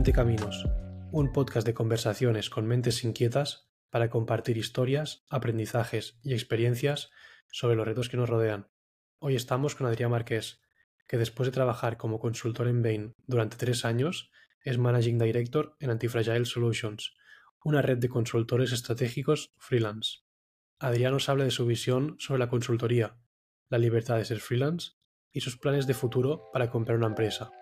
20 Caminos, un podcast de conversaciones con mentes inquietas para compartir historias, aprendizajes y experiencias sobre los retos que nos rodean. Hoy estamos con Adrià Marqués, que después de trabajar como consultor en Bain durante 3 años, es Managing Director en Antifragile Solutions, una red de consultores estratégicos freelance. Adrià nos habla de su visión sobre la consultoría, la libertad de ser freelance y sus planes de futuro para comprar una empresa.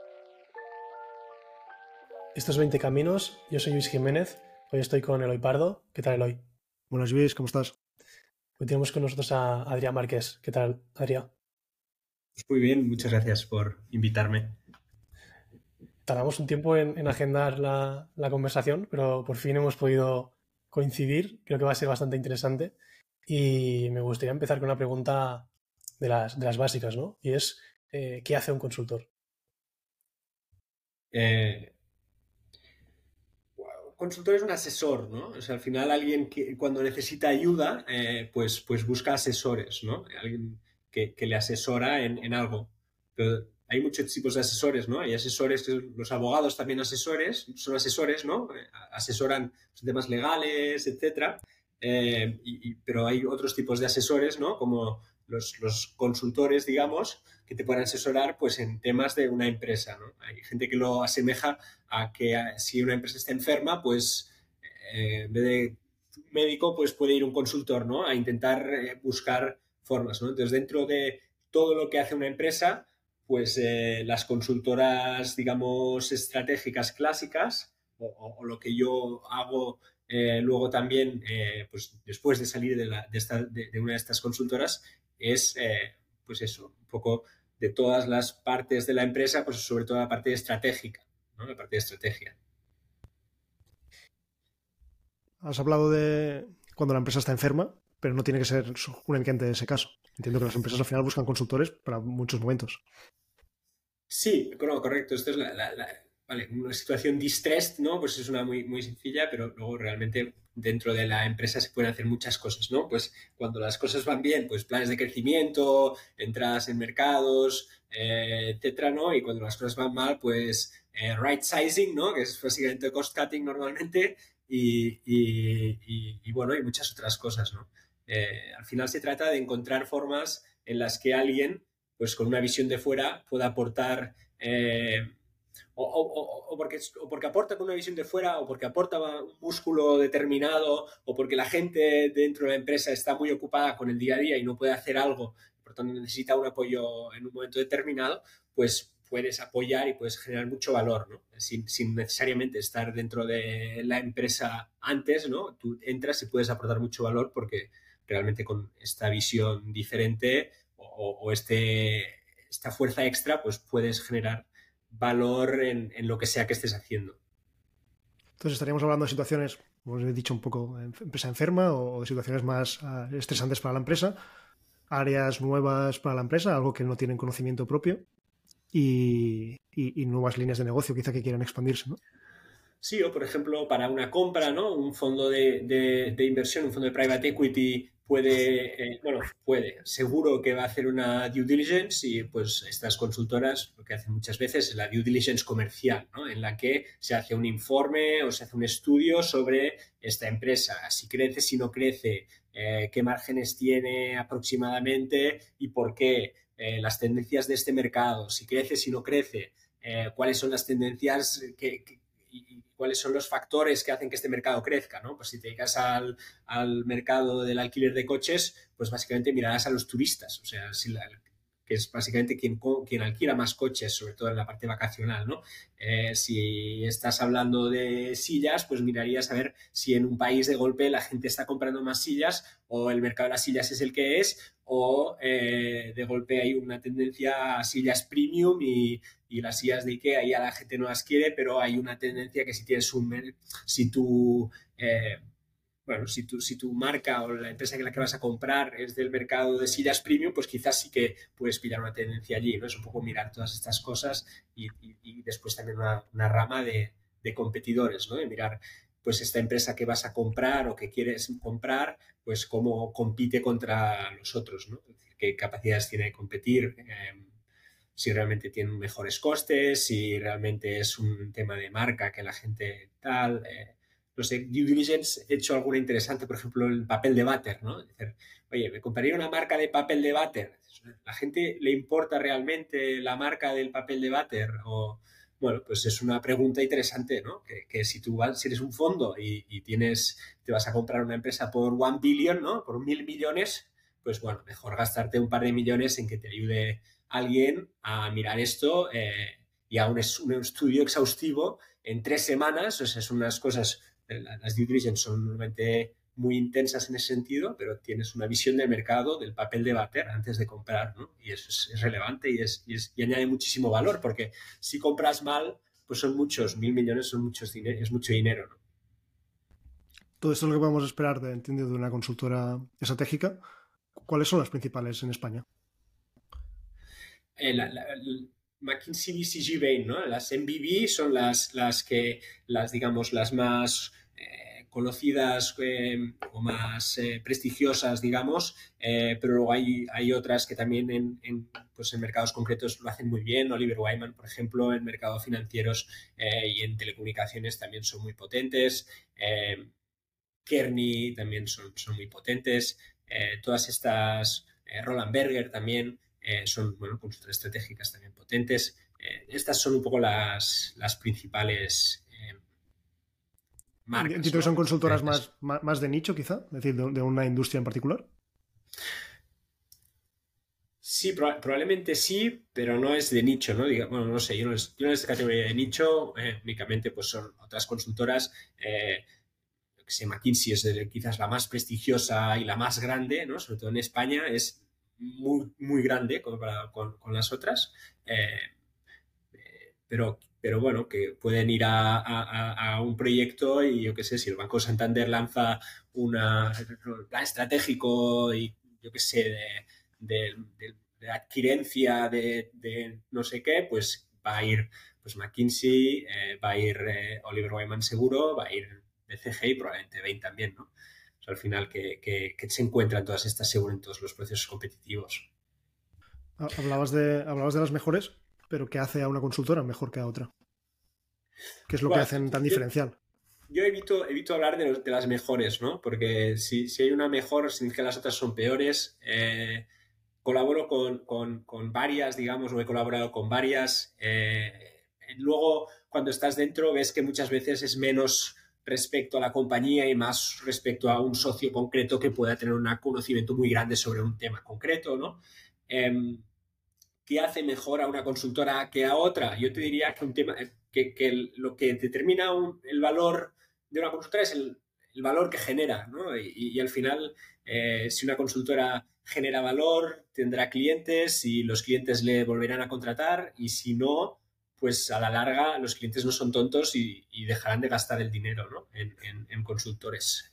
Estos 20 Caminos, yo soy Luis Jiménez, hoy estoy con Eloy Pardo. ¿Qué tal, Eloy? Buenas, Luis, ¿cómo estás? Hoy tenemos con nosotros a Adrià Marqués. ¿Qué tal, Adrià? Pues muy bien, muchas gracias por invitarme. Tardamos un tiempo en agendar la conversación, pero por fin hemos podido coincidir. Creo que va a ser bastante interesante. Y me gustaría empezar con una pregunta de las básicas, ¿no? Y es, ¿qué hace un consultor? Consultor es un asesor, ¿no? O sea, al final alguien que cuando necesita ayuda, pues busca asesores, ¿no? Alguien que le asesora en algo. Pero hay muchos tipos de asesores, ¿no? Hay asesores, los abogados también son asesores, ¿no? Asesoran temas legales, etcétera. Pero hay otros tipos de asesores, ¿no? Como los consultores, digamos, que te pueden asesorar pues en temas de una empresa, ¿no? Hay gente que lo asemeja a que si una empresa está enferma, pues en vez de un médico, pues puede ir un consultor, ¿no? A intentar buscar formas, ¿no? Entonces, dentro de todo lo que hace una empresa, pues las consultoras, digamos, estratégicas clásicas, o lo que yo hago luego también, pues después de salir de una de estas consultoras, es, pues eso, un poco de todas las partes de la empresa, pues sobre todo la parte estratégica, ¿no? La parte de estrategia. Has hablado de cuando la empresa está enferma, pero no tiene que ser únicamente ese caso. Entiendo que las empresas al final buscan consultores para muchos momentos. Sí, no, correcto. Esto es vale, una situación distressed, ¿no? Pues es una muy sencilla, pero luego realmente dentro de la empresa se pueden hacer muchas cosas, ¿no? Pues cuando las cosas van bien, pues planes de crecimiento, entradas en mercados, etcétera, ¿no? Y cuando las cosas van mal, pues right sizing, ¿no? Que es básicamente cost cutting normalmente y bueno, y muchas otras cosas, ¿no? Al final se trata de encontrar formas en las que alguien pues con una visión de fuera pueda aportar o porque aporta con una visión de fuera o porque aporta un músculo determinado o porque la gente dentro de la empresa está muy ocupada con el día a día y no puede hacer algo, por tanto necesita un apoyo en un momento determinado, pues puedes apoyar y puedes generar mucho valor, ¿no? Sin necesariamente estar dentro de la empresa antes, ¿no? Tú entras y puedes aportar mucho valor porque realmente con esta visión diferente o esta fuerza extra, pues puedes generar valor en lo que sea que estés haciendo. Entonces estaríamos hablando de situaciones, como os he dicho, un poco empresa enferma o de situaciones más estresantes para la empresa, áreas nuevas para la empresa, algo que no tienen conocimiento propio y nuevas líneas de negocio quizá que quieran expandirse, ¿no? Sí, o por ejemplo, para una compra, ¿no? Un fondo de inversión, un fondo de private equity seguro que va a hacer una due diligence y pues estas consultoras lo que hacen muchas veces es la due diligence comercial, ¿no? En la que se hace un informe o se hace un estudio sobre esta empresa, si crece, si no crece, qué márgenes tiene aproximadamente y por qué, las tendencias de este mercado, si crece, si no crece, cuáles son las tendencias y cuáles son los factores que hacen que este mercado crezca, ¿no? Pues si te dedicas al mercado del alquiler de coches, pues básicamente mirarás a los turistas, o sea, que es básicamente quien alquila más coches, sobre todo en la parte vacacional, ¿no? Si estás hablando de sillas, pues mirarías a ver si en un país de golpe la gente está comprando más sillas o el mercado de las sillas es el que es o de golpe hay una tendencia a sillas premium y las sillas de IKEA ya la gente no las quiere, pero hay una tendencia que si tienes si tú si tu marca o la empresa en la que vas a comprar es del mercado de sillas premium, pues quizás sí que puedes pillar una tendencia allí, ¿no? Es un poco mirar todas estas cosas y después también una rama de competidores, ¿no? De mirar pues esta empresa que vas a comprar o que quieres comprar, pues cómo compite contra los otros, ¿no? Es decir, qué capacidades tiene de competir. si realmente tienen mejores costes, si realmente es un tema de marca que la gente tal. No sé, due diligence, he hecho alguna interesante, por ejemplo, el papel de váter, ¿no? Decir, oye, ¿me compraría una marca de papel de váter? ¿La gente le importa realmente la marca del papel de váter? O, bueno, pues es una pregunta interesante, ¿no? Que si tú vas, si eres un fondo y te vas a comprar una empresa por 1 billion, ¿no? Por 1.000 millones, pues bueno, mejor gastarte un par de millones en que te ayude alguien a mirar esto y a un estudio exhaustivo en 3 semanas. O sea, son unas cosas, las due diligence son normalmente muy intensas en ese sentido, pero tienes una visión del mercado, del papel de váter antes de comprar, ¿no? Y eso es relevante y añade muchísimo valor, porque si compras mal, pues son muchos, 1.000 millones son muchos es mucho dinero, ¿no? Todo esto es lo que podemos esperar, entiendo, de una consultora estratégica. ¿Cuáles son las principales en España? McKinsey, BCG, Bain, ¿no? Las MBB son digamos, las más conocidas o más prestigiosas, digamos, pero luego hay otras que también pues en mercados concretos lo hacen muy bien. Oliver Wyman, por ejemplo, en mercados financieros y en telecomunicaciones también son muy potentes. Kearney también son muy potentes. Todas estas, Roland Berger también, son, bueno, consultoras estratégicas también potentes. Estas son un poco las principales marcas, Entiendo que ¿no? son consultoras Referentes. más de nicho, quizá, es decir, de una industria en particular. Sí, probablemente sí, pero no es de nicho, ¿no? Bueno, no sé, yo no es categoría de nicho, únicamente pues son otras consultoras. Que se McKinsey es quizás la más prestigiosa y la más grande, ¿no? Sobre todo en España, es muy, muy grande comparado con las otras. Pero bueno, que pueden ir a un proyecto y yo qué sé, si el Banco Santander lanza un plan estratégico y yo qué sé, de adquirencia de no sé qué, pues va a ir pues McKinsey, va a ir Oliver Wyman seguro, va a ir BCG y probablemente Bain también, ¿no? O sea, al final que se encuentran todas estas según en todos los procesos competitivos. Hablabas de las mejores, pero ¿qué hace a una consultora mejor que a otra? ¿Qué es lo que Bueno, hacen tan yo, diferencial? yo evito hablar de las mejores, ¿no? Porque si hay una mejor, significa que las otras son peores. Colaboro con varias, digamos, o he colaborado con varias. Luego, cuando estás dentro, ves que muchas veces es menos respecto a la compañía y más respecto a un socio concreto que pueda tener un conocimiento muy grande sobre un tema concreto, ¿no? ¿Qué hace mejor a una consultora que a otra? Yo te diría que un tema lo que determina el valor de una consultora es el valor que genera, ¿no? Y al final, si una consultora genera valor, tendrá clientes y los clientes le volverán a contratar, y si no, pues a la larga los clientes no son tontos y dejarán de gastar el dinero, ¿no? en consultores.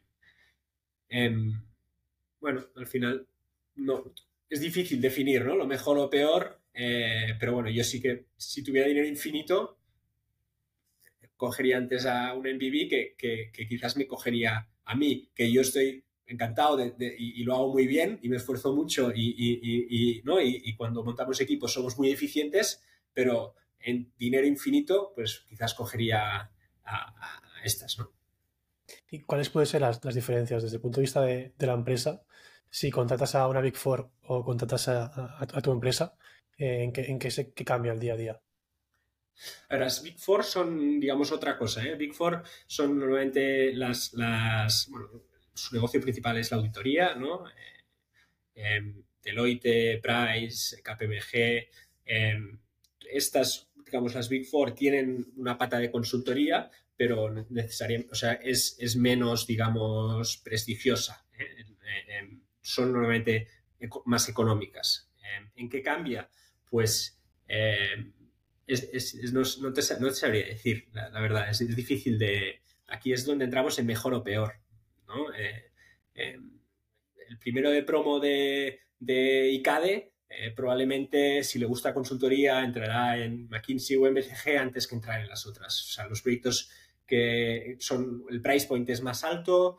Bueno, al final no, es difícil definir, ¿no? Lo mejor o peor, pero bueno, yo sí que si tuviera dinero infinito, cogería antes a un MBB que quizás me cogería a mí, que yo estoy encantado y lo hago muy bien y me esfuerzo mucho ¿no? Y cuando montamos equipos somos muy eficientes, pero en dinero infinito, pues quizás cogería a estas, ¿no? ¿Y cuáles pueden ser las diferencias desde el punto de vista de la empresa si contratas a una Big Four o contratas a tu empresa? ¿Qué cambia el día a día? Ahora, las Big Four son, digamos, otra cosa, ¿eh? Big Four son normalmente bueno, su negocio principal es la auditoría, ¿no? Deloitte, Price, KPMG, estas, digamos, las Big Four tienen una pata de consultoría, pero necesariamente, o sea, es menos, digamos, prestigiosa. Son normalmente más económicas. ¿En qué cambia? Pues no te sabría decir, la verdad, es difícil de... Aquí es donde entramos en mejor o peor, ¿no? Eh, el primero de promo de ICADE, probablemente si le gusta consultoría entrará en McKinsey o en BCG antes que entrar en las otras. O sea, los proyectos que son, el price point es más alto,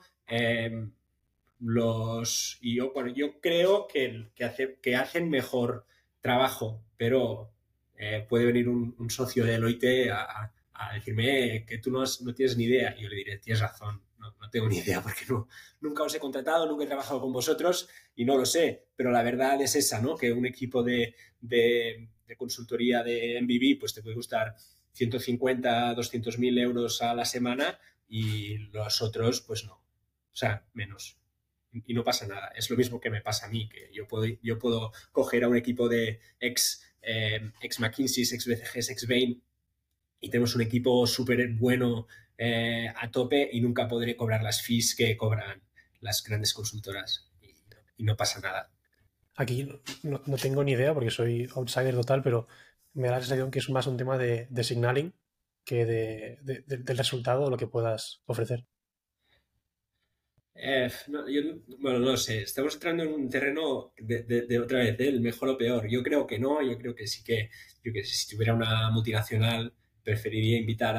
y yo creo que hacen mejor trabajo pero puede venir un socio de Deloitte a decirme que tú no tienes ni idea. Y yo le diré, tienes razón, no tengo ni idea porque nunca os he contratado, nunca he trabajado con vosotros y no lo sé. Pero la verdad es esa, ¿no? Que un equipo de consultoría de MBB pues te puede costar 150, 200.000 euros a la semana y los otros pues no. O sea, menos. Y no pasa nada. Es lo mismo que me pasa a mí, que yo puedo coger a un equipo de ex McKinsey, ex BCG, ex Bain y tenemos un equipo súper bueno a tope y nunca podré cobrar las fees que cobran las grandes consultoras y no pasa nada. Aquí no tengo ni idea porque soy outsider total, pero me da la sensación que es más un tema de signaling que del resultado o lo que puedas ofrecer. Bueno, no sé, estamos entrando en un terreno de otra vez, el mejor o peor. Yo creo que no, yo creo que sí que, yo que si tuviera una multinacional, preferiría invitar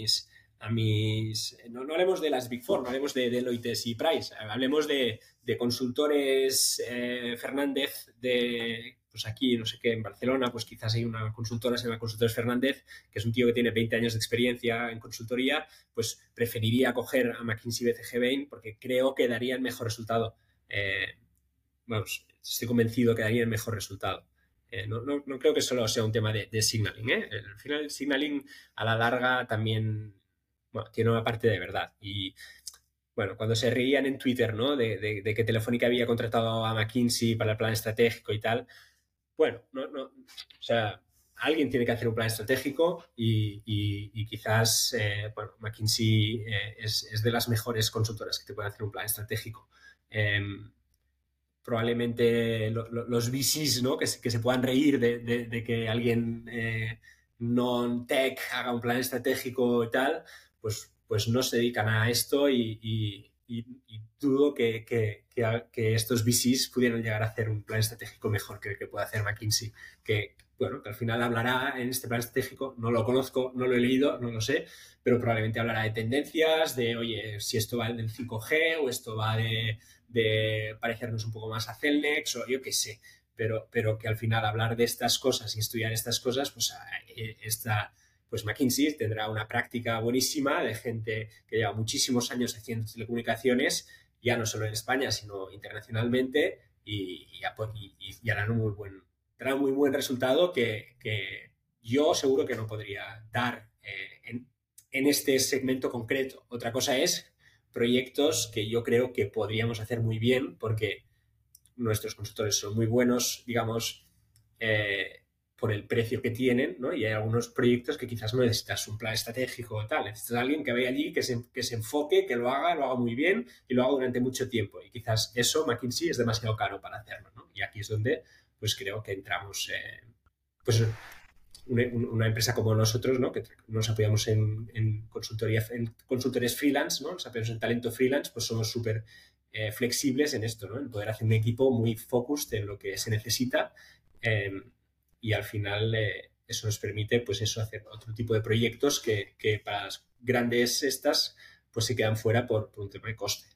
no hablemos de las Big Four, no hablemos de Deloitte y Price, hablemos de consultores Fernández pues aquí, no sé qué, en Barcelona, pues quizás hay una consultora, se llama Consultores Fernández, que es un tío que tiene 20 años de experiencia en consultoría, pues preferiría coger a McKinsey BCG Bain porque creo que daría el mejor resultado. Vamos, estoy convencido que daría el mejor resultado. No creo que solo sea un tema de signaling. Al final el signaling a la larga también tiene una parte de verdad. Y bueno, cuando se reían en Twitter, ¿no? De que Telefónica había contratado a McKinsey para el plan estratégico y tal. Bueno, o sea, alguien tiene que hacer un plan estratégico y quizás, McKinsey es de las mejores consultoras que te pueden hacer un plan estratégico. Probablemente los VCs, ¿no? Que se puedan reír de que alguien non-tech haga un plan estratégico y tal, pues no se dedican a esto y dudo que estos VCs pudieran llegar a hacer un plan estratégico mejor que el que puede hacer McKinsey, que al final hablará en este plan estratégico, no lo conozco, no lo he leído, no lo sé, pero probablemente hablará de tendencias, de, oye, si esto va del 5G o esto va de parecernos un poco más a Celnex o yo qué sé, pero que al final hablar de estas cosas y estudiar estas cosas, pues McKinsey tendrá una práctica buenísima de gente que lleva muchísimos años haciendo telecomunicaciones, ya no solo en España, sino internacionalmente, y harán un muy buen resultado que yo seguro que no podría dar en este segmento concreto. Otra cosa es proyectos que yo creo que podríamos hacer muy bien porque nuestros consultores son muy buenos, digamos, por el precio que tienen, ¿no? Y hay algunos proyectos que quizás no necesitas un plan estratégico o tal, necesitas a alguien que vaya allí, que se enfoque, que lo haga muy bien y lo haga durante mucho tiempo. Y quizás eso, McKinsey, es demasiado caro para hacerlo, ¿no? Y aquí es donde, pues creo que entramos, pues una empresa como nosotros, ¿no? Que nos apoyamos en consultoría, en consultores freelance, ¿no? Nos apoyamos en talento freelance, pues somos súper flexibles en esto, ¿no? En poder hacer un equipo muy focused en lo que se necesita y al final eso nos permite, pues eso, hacer otro tipo de proyectos que para las grandes estas, pues se quedan fuera por un tema de coste.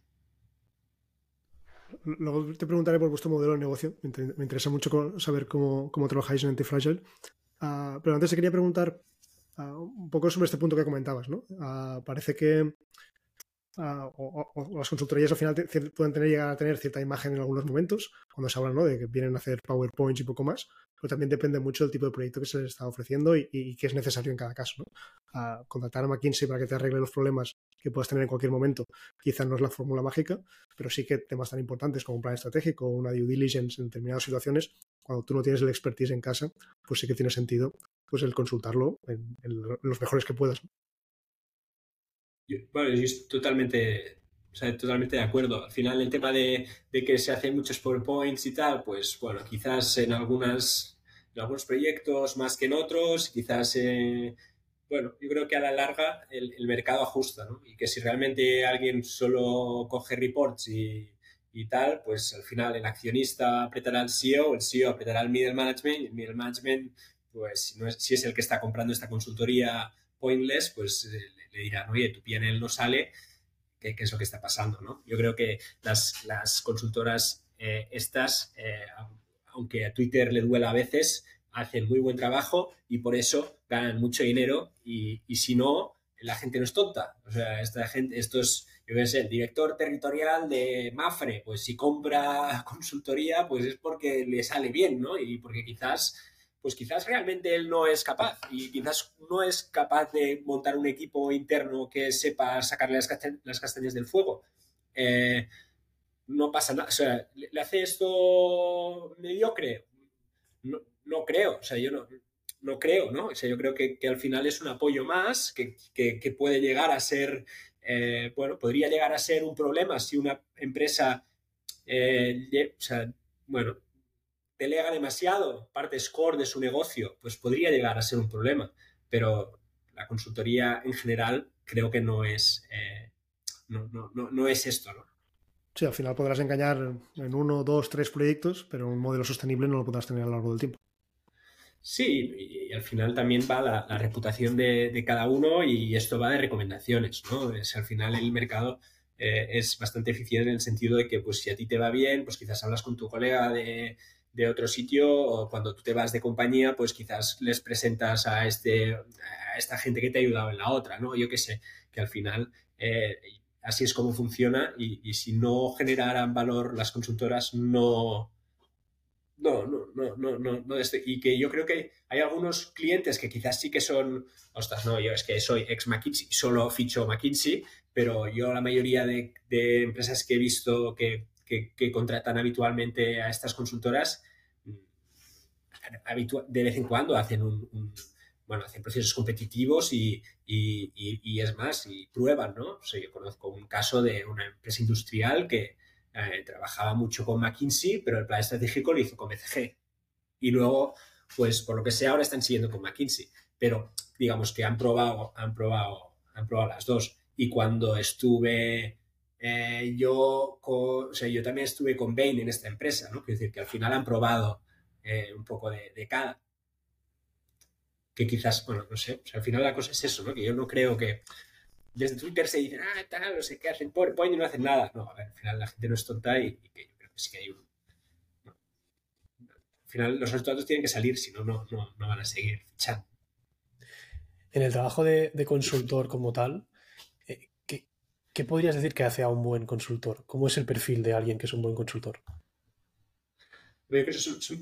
Luego te preguntaré por vuestro modelo de negocio. Me interesa mucho saber cómo trabajáis en Antifragile. Pero antes te quería preguntar un poco sobre este punto que comentabas, ¿no? Parece que o las consultorías al final pueden llegar a tener cierta imagen en algunos momentos, cuando se habla, ¿no? De que vienen a hacer PowerPoints y poco más, pero también depende mucho del tipo de proyecto que se les está ofreciendo y qué es necesario en cada caso, ¿no? Contratar a McKinsey para que te arregle los problemas que puedas tener en cualquier momento quizás no es la fórmula mágica, pero sí que temas tan importantes como un plan estratégico o una due diligence en determinadas situaciones, cuando tú no tienes el expertise en casa, pues sí que tiene sentido pues el consultarlo en los mejores que puedas, ¿no? Yo estoy totalmente de acuerdo. Al final, el tema de que se hacen muchos PowerPoints y tal, pues bueno, quizás en algunos proyectos más que en otros, quizás, yo creo que a la larga el mercado ajusta, ¿no? Y que si realmente alguien solo coge reports y tal, pues al final el accionista apretará al CEO, el CEO apretará al middle management y el middle management, pues si es el que está comprando esta consultoría pointless, pues le dirán, oye, tu PNL no sale, ¿qué es lo que está pasando? ¿No? Yo creo que las consultoras estas, aunque a Twitter le duela a veces, hacen muy buen trabajo y por eso ganan mucho dinero y si no, la gente no es tonta. O sea, esta gente, yo qué sé, el director territorial de Mafre, pues si compra consultoría, pues es porque le sale bien, ¿no? Y porque quizás realmente él no es capaz y quizás no es capaz de montar un equipo interno que sepa sacarle las castañas del fuego. No pasa nada. O sea, ¿le hace esto mediocre? No, no creo. O sea, yo no creo, ¿no? O sea, yo creo que al final es un apoyo más que puede llegar a ser, bueno, podría llegar a ser un problema si una empresa, o sea, bueno, delega demasiado partes core de su negocio, pues podría llegar a ser un problema. Pero la consultoría en general creo que no es esto, ¿no? Sí, al final podrás engañar en 1, 2, 3 proyectos, pero un modelo sostenible no lo podrás tener a lo largo del tiempo. Sí, y al final también va la reputación de cada uno y esto va de recomendaciones, ¿no? Al final el mercado es bastante eficiente en el sentido de que pues si a ti te va bien, pues quizás hablas con tu colega de otro sitio o cuando tú te vas de compañía, pues quizás les presentas a esta gente que te ha ayudado en la otra, ¿no? Yo qué sé, que al final así es como funciona y si no generaran valor las consultoras, y que yo creo que hay algunos clientes que quizás sí que son, ostras, no, yo es que soy ex McKinsey, solo ficho McKinsey, pero yo la mayoría de empresas que he visto que contratan habitualmente a estas consultoras, de vez en cuando hacen bueno, hacen procesos competitivos y es más, y prueban, ¿no? O sea, yo conozco un caso de una empresa industrial que trabajaba mucho con McKinsey, pero el plan estratégico lo hizo con BCG. Y luego, pues por lo que sea, ahora están siguiendo con McKinsey. Pero digamos que han probado las dos. Y cuando estuve o sea, yo también estuve con Bain en esta empresa, ¿no? Quiero decir que al final han probado un poco de cada. Que quizás, bueno, no sé, o sea, al final la cosa es eso, ¿no? Que yo no creo que desde Twitter se dicen, tal, no sé qué, hacen PowerPoint y no hacen nada. No, a ver, al final la gente no es tonta y que yo creo que sí que hay al final los resultados tienen que salir, si no, no van a seguir fichando. En el trabajo de consultor como tal, ¿qué podrías decir que hace a un buen consultor? ¿Cómo es el perfil de alguien que es un buen consultor? Yo creo que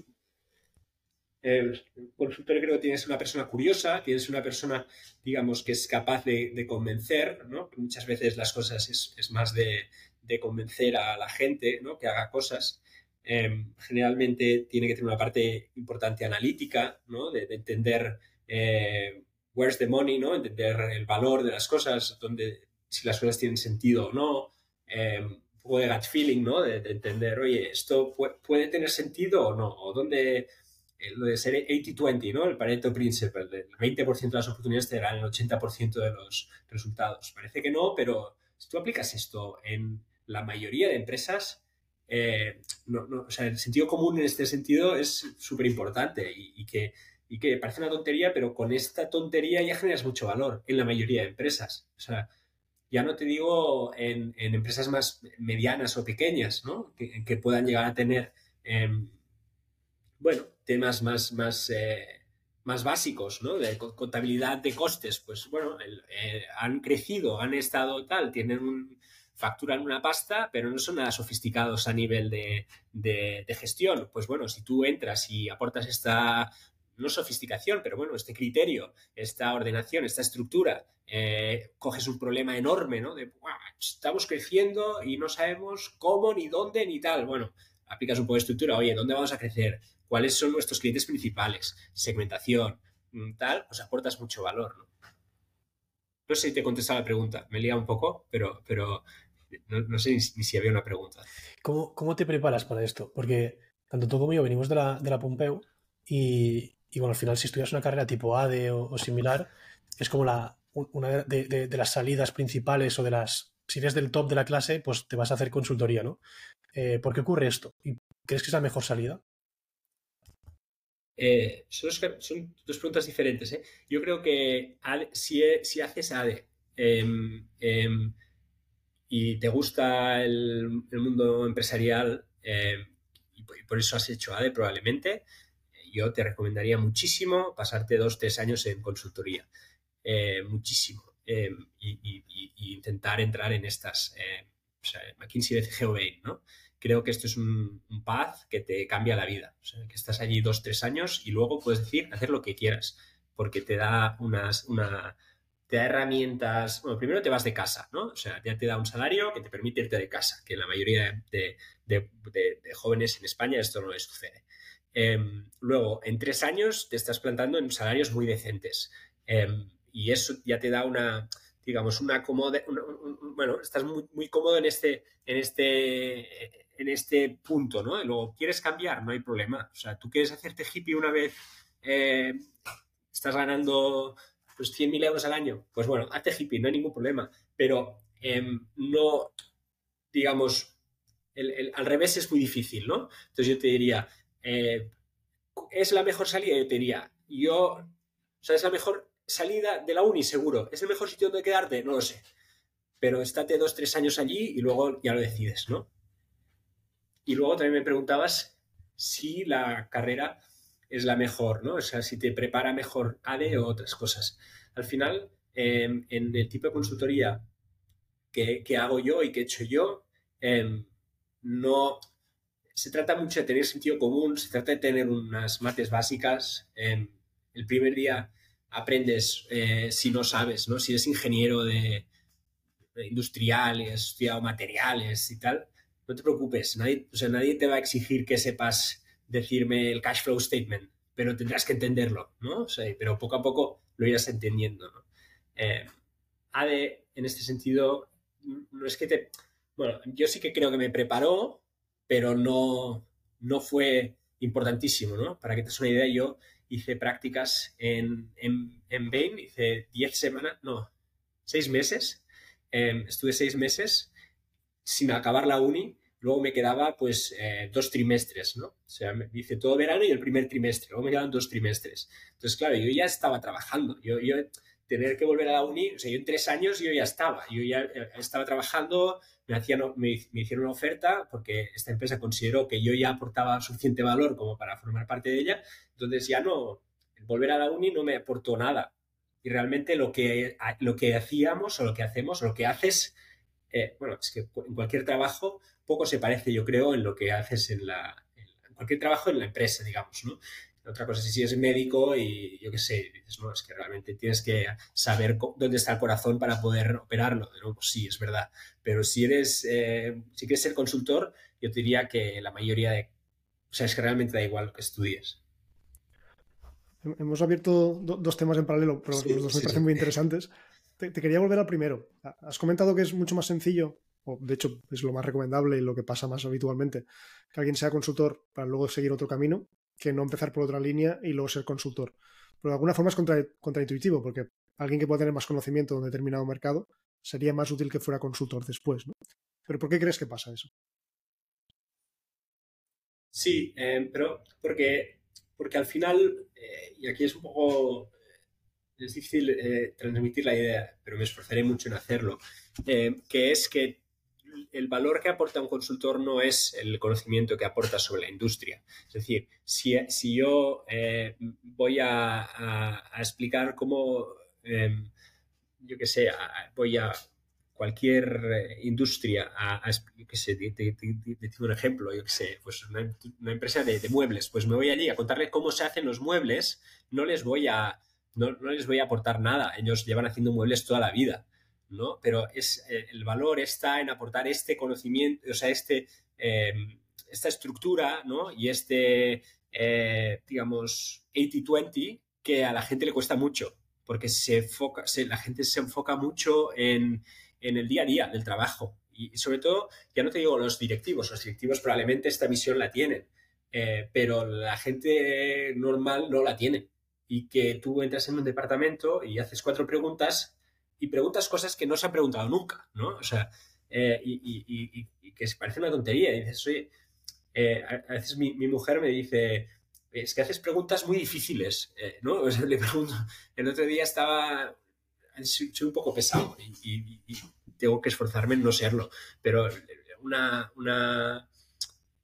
el consultor creo que tienes una persona curiosa, tienes una persona, digamos, que es capaz de convencer, ¿no? Muchas veces las cosas es más de convencer a la gente, ¿no? Que haga cosas. Generalmente tiene que tener una parte importante analítica, ¿no? De entender where's the money, ¿no? Entender el valor de las cosas, si las cosas tienen sentido o no. Un poco de gut feeling, ¿no? De entender, oye, ¿esto puede tener sentido o no? O dónde lo de ser 80-20, ¿no? El Pareto Principle, el 20% de las oportunidades te darán el 80% de los resultados. Parece que no, pero si tú aplicas esto en la mayoría de empresas, o sea, el sentido común en este sentido es súper importante y que parece una tontería, pero con esta tontería ya generas mucho valor en la mayoría de empresas. O sea, ya no te digo en empresas más medianas o pequeñas, ¿no? Que puedan llegar a tener, bueno, temas más básicos, ¿no? De contabilidad de costes. Pues bueno, han crecido, han estado tal, facturan una pasta, pero no son nada sofisticados a nivel de gestión. Pues bueno, si tú entras y aportas no sofisticación, pero bueno, este criterio, esta ordenación, esta estructura, coges un problema enorme, ¿no? Estamos creciendo y no sabemos cómo, ni dónde, ni tal. Bueno, aplicas un poco de estructura, oye, ¿dónde vamos a crecer? ¿Cuáles son nuestros clientes principales? Segmentación, tal, pues aportas mucho valor, ¿no? No sé si te contesta la pregunta, me lía un poco, pero no sé ni si había una pregunta. ¿Cómo te preparas para esto? Porque tanto tú como yo venimos de la Pompeu y bueno, al final si estudias una carrera tipo ADE o similar, es como una de las salidas principales o si eres del top de la clase, pues te vas a hacer consultoría, ¿no? ¿Por qué ocurre esto? ¿Y crees que es la mejor salida? Son dos preguntas diferentes, ¿eh? Yo creo que si haces ADE y te gusta el mundo empresarial y por eso has hecho ADE probablemente, yo te recomendaría muchísimo pasarte 2-3 años en consultoría. Muchísimo. Y intentar entrar en estas, o sea, McKinsey, BCG o Bain, ¿no? Creo que esto es un path que te cambia la vida. O sea, que estás allí 2-3 años y luego puedes decir, hacer lo que quieras, porque te da te da herramientas. Bueno, primero te vas de casa, ¿no? O sea, ya te da un salario que te permite irte de casa, que en la mayoría de jóvenes en España esto no les sucede. Luego, en 3 años te estás plantando en salarios muy decentes. Y eso ya te da digamos, bueno, estás muy, muy cómodo en este punto, ¿no? Y luego, ¿quieres cambiar? No hay problema. O sea, tú quieres hacerte hippie una vez estás ganando pues 100.000 euros al año. Pues bueno, hazte hippie, no hay ningún problema. Pero no, digamos, al revés es muy difícil, ¿no? Entonces yo te diría, ¿es la mejor salida? Yo te diría, o sea, es la mejor salida de la uni, seguro. ¿Es el mejor sitio donde quedarte? No lo sé. Pero estate 2-3 años allí y luego ya lo decides, ¿no? Y luego también me preguntabas si la carrera es la mejor, ¿no? O sea, si te prepara mejor ADE o otras cosas. Al final, en el tipo de consultoría que hago yo y que he hecho yo, no se trata mucho de tener sentido común, se trata de tener unas mates básicas. El primer día aprendes si no sabes, ¿no? Si eres ingeniero de industrial y has estudiado materiales y tal, no te preocupes, nadie te va a exigir que sepas decirme el cash flow statement, pero tendrás que entenderlo, ¿no? O sea, pero poco a poco lo irás entendiendo, ¿no? ADE, en este sentido, no es que te... Bueno, yo sí que creo que me preparó, pero no fue importantísimo, ¿no? Para que te des una idea, yo hice prácticas en Bain, hice 10 semanas, no, 6 meses. Estuve 6 meses sin acabar la uni, luego me quedaba pues 2 trimestres, ¿no? O sea, me hice todo verano y el primer trimestre, luego me quedaban 2 trimestres. Entonces, claro, yo ya estaba trabajando, yo tener que volver a la uni, o sea, yo en 3 años yo ya estaba trabajando, me hicieron una oferta porque esta empresa consideró que yo ya aportaba suficiente valor como para formar parte de ella, entonces ya no, volver a la uni no me aportó nada. Y realmente lo que hacíamos o lo que hacemos o lo que haces, bueno, es que en cualquier trabajo poco se parece, yo creo, en lo que haces en cualquier trabajo en la empresa, digamos, ¿no? Otra cosa es si eres médico y yo qué sé, dices, no, es que realmente tienes que saber dónde está el corazón para poder operarlo, ¿no? Pues sí, es verdad. Pero si quieres ser consultor, yo te diría que la mayoría o sea, es que realmente da igual lo que estudies. Hemos abierto dos temas en paralelo, pero Sí, los dos me parecen sí. muy interesantes. Te quería volver al primero. Has comentado que es mucho más sencillo, o de hecho es lo más recomendable y lo que pasa más habitualmente, que alguien sea consultor para luego seguir otro camino, que no empezar por otra línea y luego ser consultor. Pero de alguna forma es contraintuitivo, porque alguien que pueda tener más conocimiento de un determinado mercado sería más útil que fuera consultor después, ¿no? ¿Pero por qué crees que pasa eso? Sí, pero porque al final, y aquí es un poco, es difícil transmitir la idea, pero me esforzaré mucho en hacerlo, que es que el valor que aporta un consultor no es el conocimiento que aporta sobre la industria. Es decir, si yo voy a explicar cómo, yo qué sé, voy a cualquier industria, yo qué sé, te un ejemplo, yo qué sé, pues una empresa de muebles, pues me voy allí a contarle cómo se hacen los muebles, no les voy a aportar nada, ellos llevan haciendo muebles toda la vida, ¿no? Pero el valor está en aportar este conocimiento, o sea, esta estructura, ¿no? Y digamos, 80-20 que a la gente le cuesta mucho, porque la gente se enfoca mucho en el día a día del trabajo. Y sobre todo, ya no te digo los directivos probablemente esta visión la tienen, pero la gente normal no la tiene. Y que tú entras en un departamento y haces 4 preguntas y preguntas cosas que no se han preguntado nunca, ¿no? O sea, y que parece una tontería. Y dices, oye, a veces mi mujer me dice, es que haces preguntas muy difíciles, ¿no? O sea, le pregunto, el otro día soy un poco pesado y tengo que esforzarme en no serlo, pero una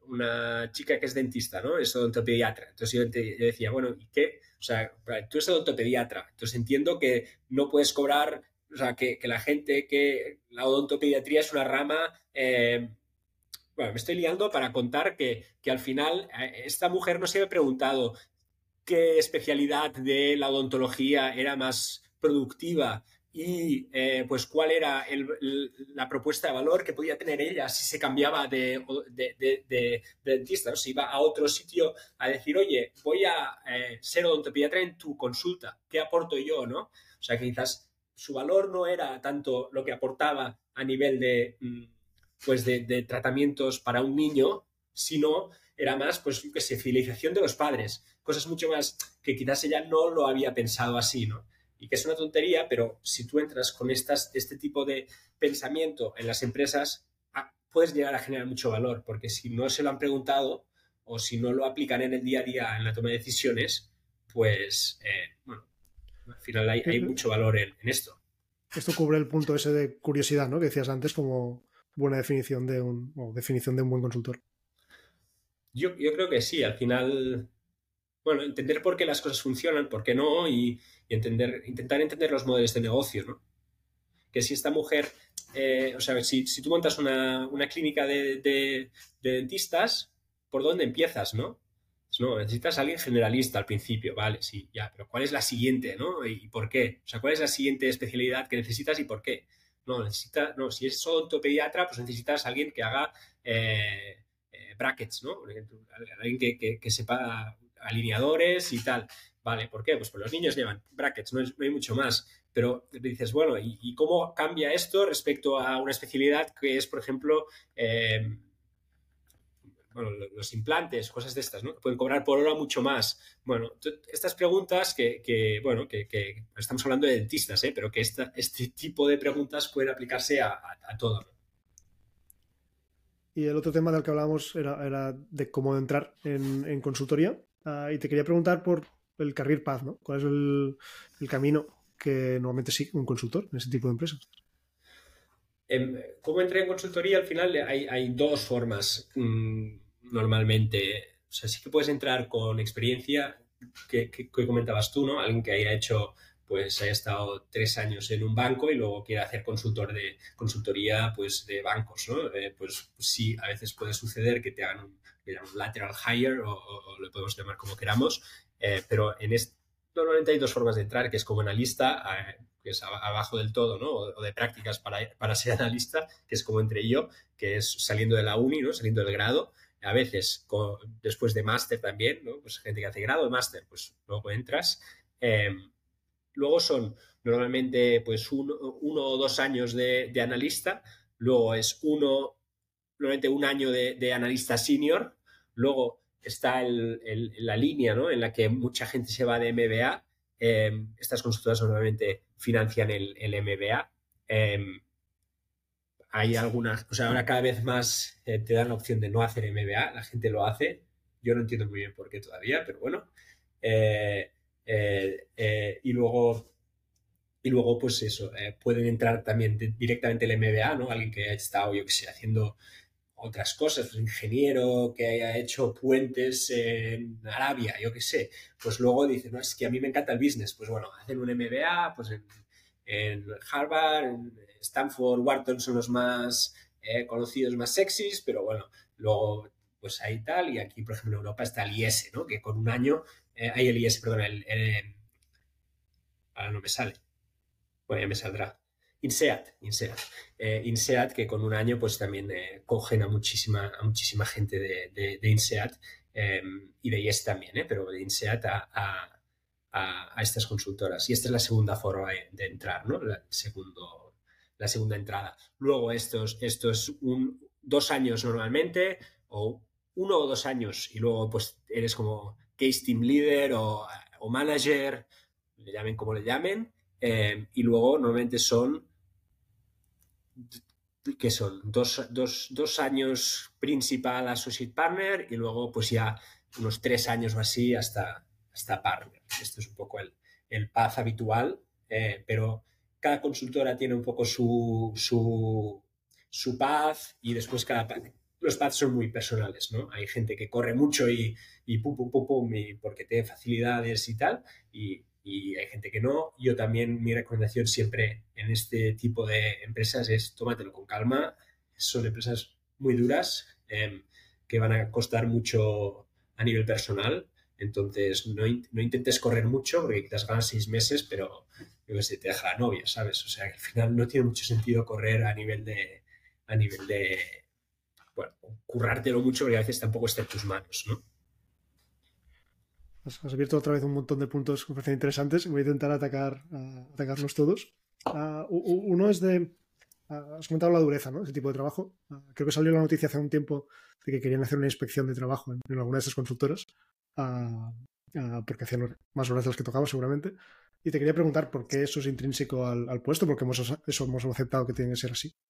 una chica que es dentista, ¿no? Es odontopediatra. Entonces yo decía, bueno, ¿y qué? O sea, tú eres odontopediatra, entonces entiendo que no puedes cobrar, o sea, que la gente, que la odontopediatría es una rama... bueno, me estoy liando para contar que al final esta mujer no se había preguntado qué especialidad de la odontología era más productiva y pues cuál era la propuesta de valor que podía tener ella si se cambiaba de dentista, ¿no? Si iba a otro sitio a decir, oye, voy a ser odontopediatra en tu consulta, ¿qué aporto yo, no? O sea, que quizás su valor no era tanto lo que aportaba a nivel pues de tratamientos para un niño, sino era más, pues, yo qué sé, fidelización de los padres, cosas mucho más que quizás ella no lo había pensado así, ¿no? Y que es una tontería, pero si tú entras con este tipo de pensamiento en las empresas, puedes llegar a generar mucho valor, porque si no se lo han preguntado o si no lo aplican en el día a día en la toma de decisiones, pues, bueno, al final hay mucho valor en esto. Esto cubre el punto ese de curiosidad, ¿no? Que decías antes como buena definición de un buen consultor. Yo creo que sí, al final, bueno, entender por qué las cosas funcionan, por qué no, y intentar entender los modelos de negocio, ¿no? Que si esta mujer, o sea, si tú montas una clínica de dentistas, ¿por dónde empiezas, no? Pues no, necesitas a alguien generalista al principio, vale, sí, ya, pero ¿cuál es la siguiente, no? ¿Y por qué? O sea, ¿cuál es la siguiente especialidad que necesitas y por qué? No, si es odontopediatra, pues necesitas a alguien que haga brackets, ¿no? Alguien que sepa alineadores y tal. Vale, ¿por qué? Pues los niños llevan brackets, no hay mucho más. Pero dices, bueno, ¿y cómo cambia esto respecto a una especialidad que es, por ejemplo, bueno, los implantes, cosas de estas, ¿no? Pueden cobrar por hora mucho más. Bueno, estas preguntas bueno, que estamos hablando de dentistas, pero que este tipo de preguntas pueden aplicarse a todo, ¿no? Y el otro tema del que hablábamos era de cómo entrar en consultoría. Y te quería preguntar por el career path, ¿no? ¿Cuál es el camino que normalmente sigue un consultor en ese tipo de empresas? ¿Cómo entré en consultoría? Al final hay dos formas normalmente. O sea, sí que puedes entrar con experiencia que comentabas tú, ¿no? Alguien que haya hecho, pues haya estado 3 años en un banco y luego quiera hacer consultoría pues de bancos, ¿no? Pues sí, a veces puede suceder que te hagan un lateral hire o lo podemos llamar como queramos, pero normalmente hay dos formas de entrar, que es como analista, que es abajo del todo, ¿no? O de prácticas para ser analista, que es como entré yo, que es saliendo de la uni, ¿no? Saliendo del grado, a veces después de máster también, ¿no? Pues gente que hace grado de máster, pues luego entras. Luego son normalmente pues 1 o 2 años de analista, luego es normalmente 1 año de analista senior, luego está la línea, ¿no? En la que mucha gente se va de MBA. Estas consultoras normalmente financian el MBA. Hay algunas, o sea, ahora cada vez más te dan la opción de no hacer MBA, la gente lo hace. Yo no entiendo muy bien por qué todavía, pero bueno. Y luego, pues eso, pueden entrar también directamente el MBA, ¿no? Alguien que haya estado, yo que sé, haciendo otras cosas, pues ingeniero que haya hecho puentes en Arabia, yo qué sé, pues luego dice, no, es que a mí me encanta el business, pues bueno, hacen un MBA, pues en Harvard, en Stanford, Wharton son los más conocidos, más sexys, pero bueno, luego pues hay tal, y aquí, por ejemplo, en Europa está el IS, ¿no? Que con 1 año, hay el IS, perdón, ahora no me sale, bueno, ya me saldrá. INSEAD, que con 1 año pues también cogen a muchísima gente de INSEAD, y de IES también, pero de INSEAD a estas consultoras. Y esta es la segunda forma de entrar, ¿no? La segunda entrada. Luego esto es 2 años normalmente, o 1 o 2 años, y luego pues eres como case team leader o manager, le llamen como le llamen. Y luego normalmente son 2 años principal associate partner y luego pues ya unos 3 años o así hasta partner. Esto es un poco el path habitual, pero cada consultora tiene un poco su path, y después los paths son muy personales, ¿no? Hay gente que corre mucho y pum, pum, pum, pum, y porque tiene facilidades y tal, y hay gente que no. Yo también, mi recomendación siempre en este tipo de empresas es tómatelo con calma. Son empresas muy duras que van a costar mucho a nivel personal. Entonces, no intentes correr mucho porque quizás ganas 6 meses, pero yo que sé, te deja la novia, ¿sabes? O sea, que al final no tiene mucho sentido correr a nivel de bueno, currártelo mucho porque a veces tampoco está en tus manos, ¿no? Has abierto otra vez un montón de puntos que me parecen interesantes. Voy a intentar atacarlos todos. Uno es de... has comentado la dureza, ¿no? Ese tipo de trabajo. Creo que salió la noticia hace un tiempo de que querían hacer una inspección de trabajo en alguna de estas consultoras, porque hacían más horas de las que tocaba seguramente. Y te quería preguntar por qué eso es intrínseco al puesto, porque hemos aceptado que tiene que ser así.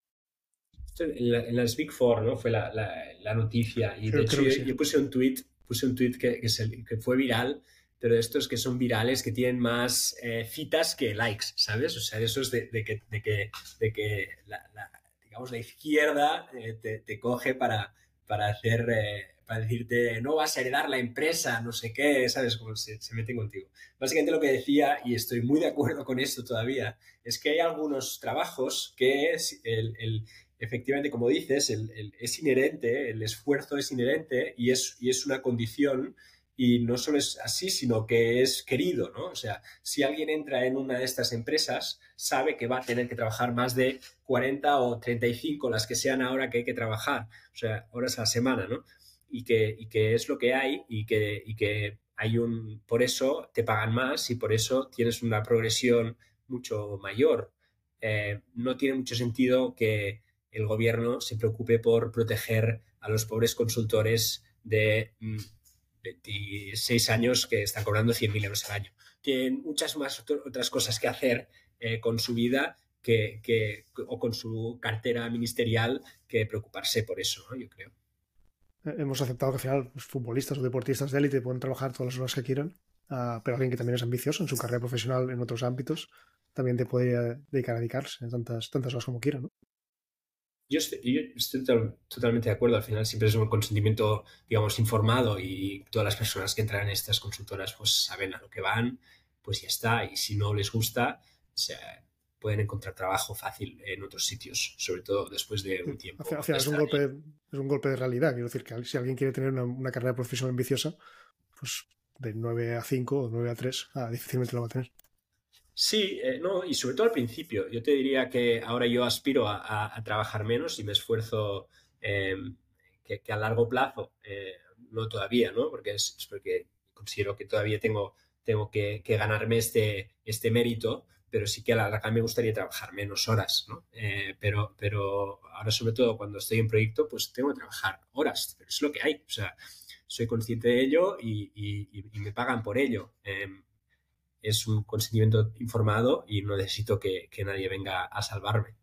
En las Big Four, ¿no? Fue la noticia. Y de hecho Creo que sí. yo puse un tweet que fue viral, pero de estos que son virales, que tienen más citas que likes, ¿sabes? O sea, eso es de que digamos, la izquierda te coge para hacer... para decirte, no vas a heredar la empresa, no sé qué, ¿sabes? Como se meten contigo. Básicamente lo que decía, y estoy muy de acuerdo con esto todavía, es que hay algunos trabajos que efectivamente, como dices, es inherente, el esfuerzo es inherente y es una condición, y no solo es así, sino que es querido, ¿no? O sea, si alguien entra en una de estas empresas, sabe que va a tener que trabajar más de 40 o 35, las que sean ahora que hay que trabajar, o sea, horas a la semana, ¿no? Y que es lo que hay y que hay por eso te pagan más y por eso tienes una progresión mucho mayor. No tiene mucho sentido que el gobierno se preocupe por proteger a los pobres consultores de 26 años que están cobrando 100.000 euros al año. Tienen muchas más otras cosas que hacer con su vida o con su cartera ministerial que preocuparse por eso, ¿no? Yo creo. Hemos aceptado que al final los futbolistas o deportistas de élite pueden trabajar todas las horas que quieran, pero alguien que también es ambicioso en su carrera profesional en otros ámbitos también te puede dedicarse tantas horas como quiera, ¿no? Yo estoy totalmente de acuerdo. Al final siempre es un consentimiento, digamos, informado, y todas las personas que entran en estas consultoras pues saben a lo que van, pues ya está. Y si no les gusta, o sea, pueden encontrar trabajo fácil en otros sitios, sobre todo después de un Al tiempo de final estar ahí. es un golpe de realidad. Quiero decir que si alguien quiere tener una carrera profesional ambiciosa, pues de 9 a 5 o 9 a 3, difícilmente lo va a tener. Sí, no, y sobre todo al principio. Yo te diría que ahora yo aspiro a trabajar menos y me esfuerzo, eh, que a largo plazo, no todavía, ¿no? Porque es porque considero que todavía tengo que ganarme este mérito, pero sí que a la larga me gustaría trabajar menos horas, ¿no? Pero ahora, sobre todo cuando estoy en proyecto, pues tengo que trabajar horas, pero es lo que hay. O sea, soy consciente de ello y me pagan por ello. Es un consentimiento informado y no necesito que nadie venga a salvarme.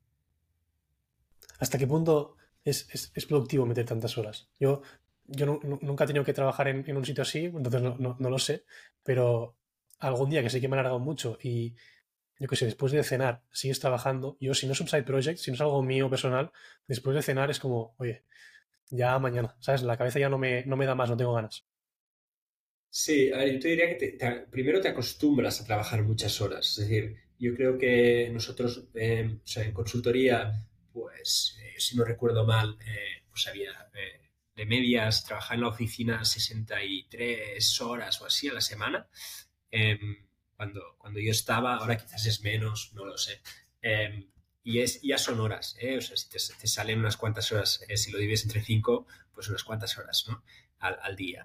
¿Hasta qué punto es productivo meter tantas horas? Yo nunca he tenido que trabajar en un sitio así, entonces no lo sé, pero algún día que sí que me he alargado mucho y yo qué sé, después de cenar sigues trabajando, yo si no es un side project, si no es algo mío personal, después de cenar es como, oye, ya mañana, ¿sabes? La cabeza ya no me da más, no tengo ganas. Sí, a ver, yo te diría que primero te acostumbras a trabajar muchas horas. Es decir, yo creo que nosotros, o sea, en consultoría, pues, si no recuerdo mal, pues había de medias, trabajar en la oficina 63 horas o así a la semana. Cuando yo estaba, ahora quizás es menos, no lo sé. Eh, ya son horas, ¿eh? O sea, si te salen unas cuantas horas, si lo divides entre 5, pues unas cuantas horas, ¿no? Al día.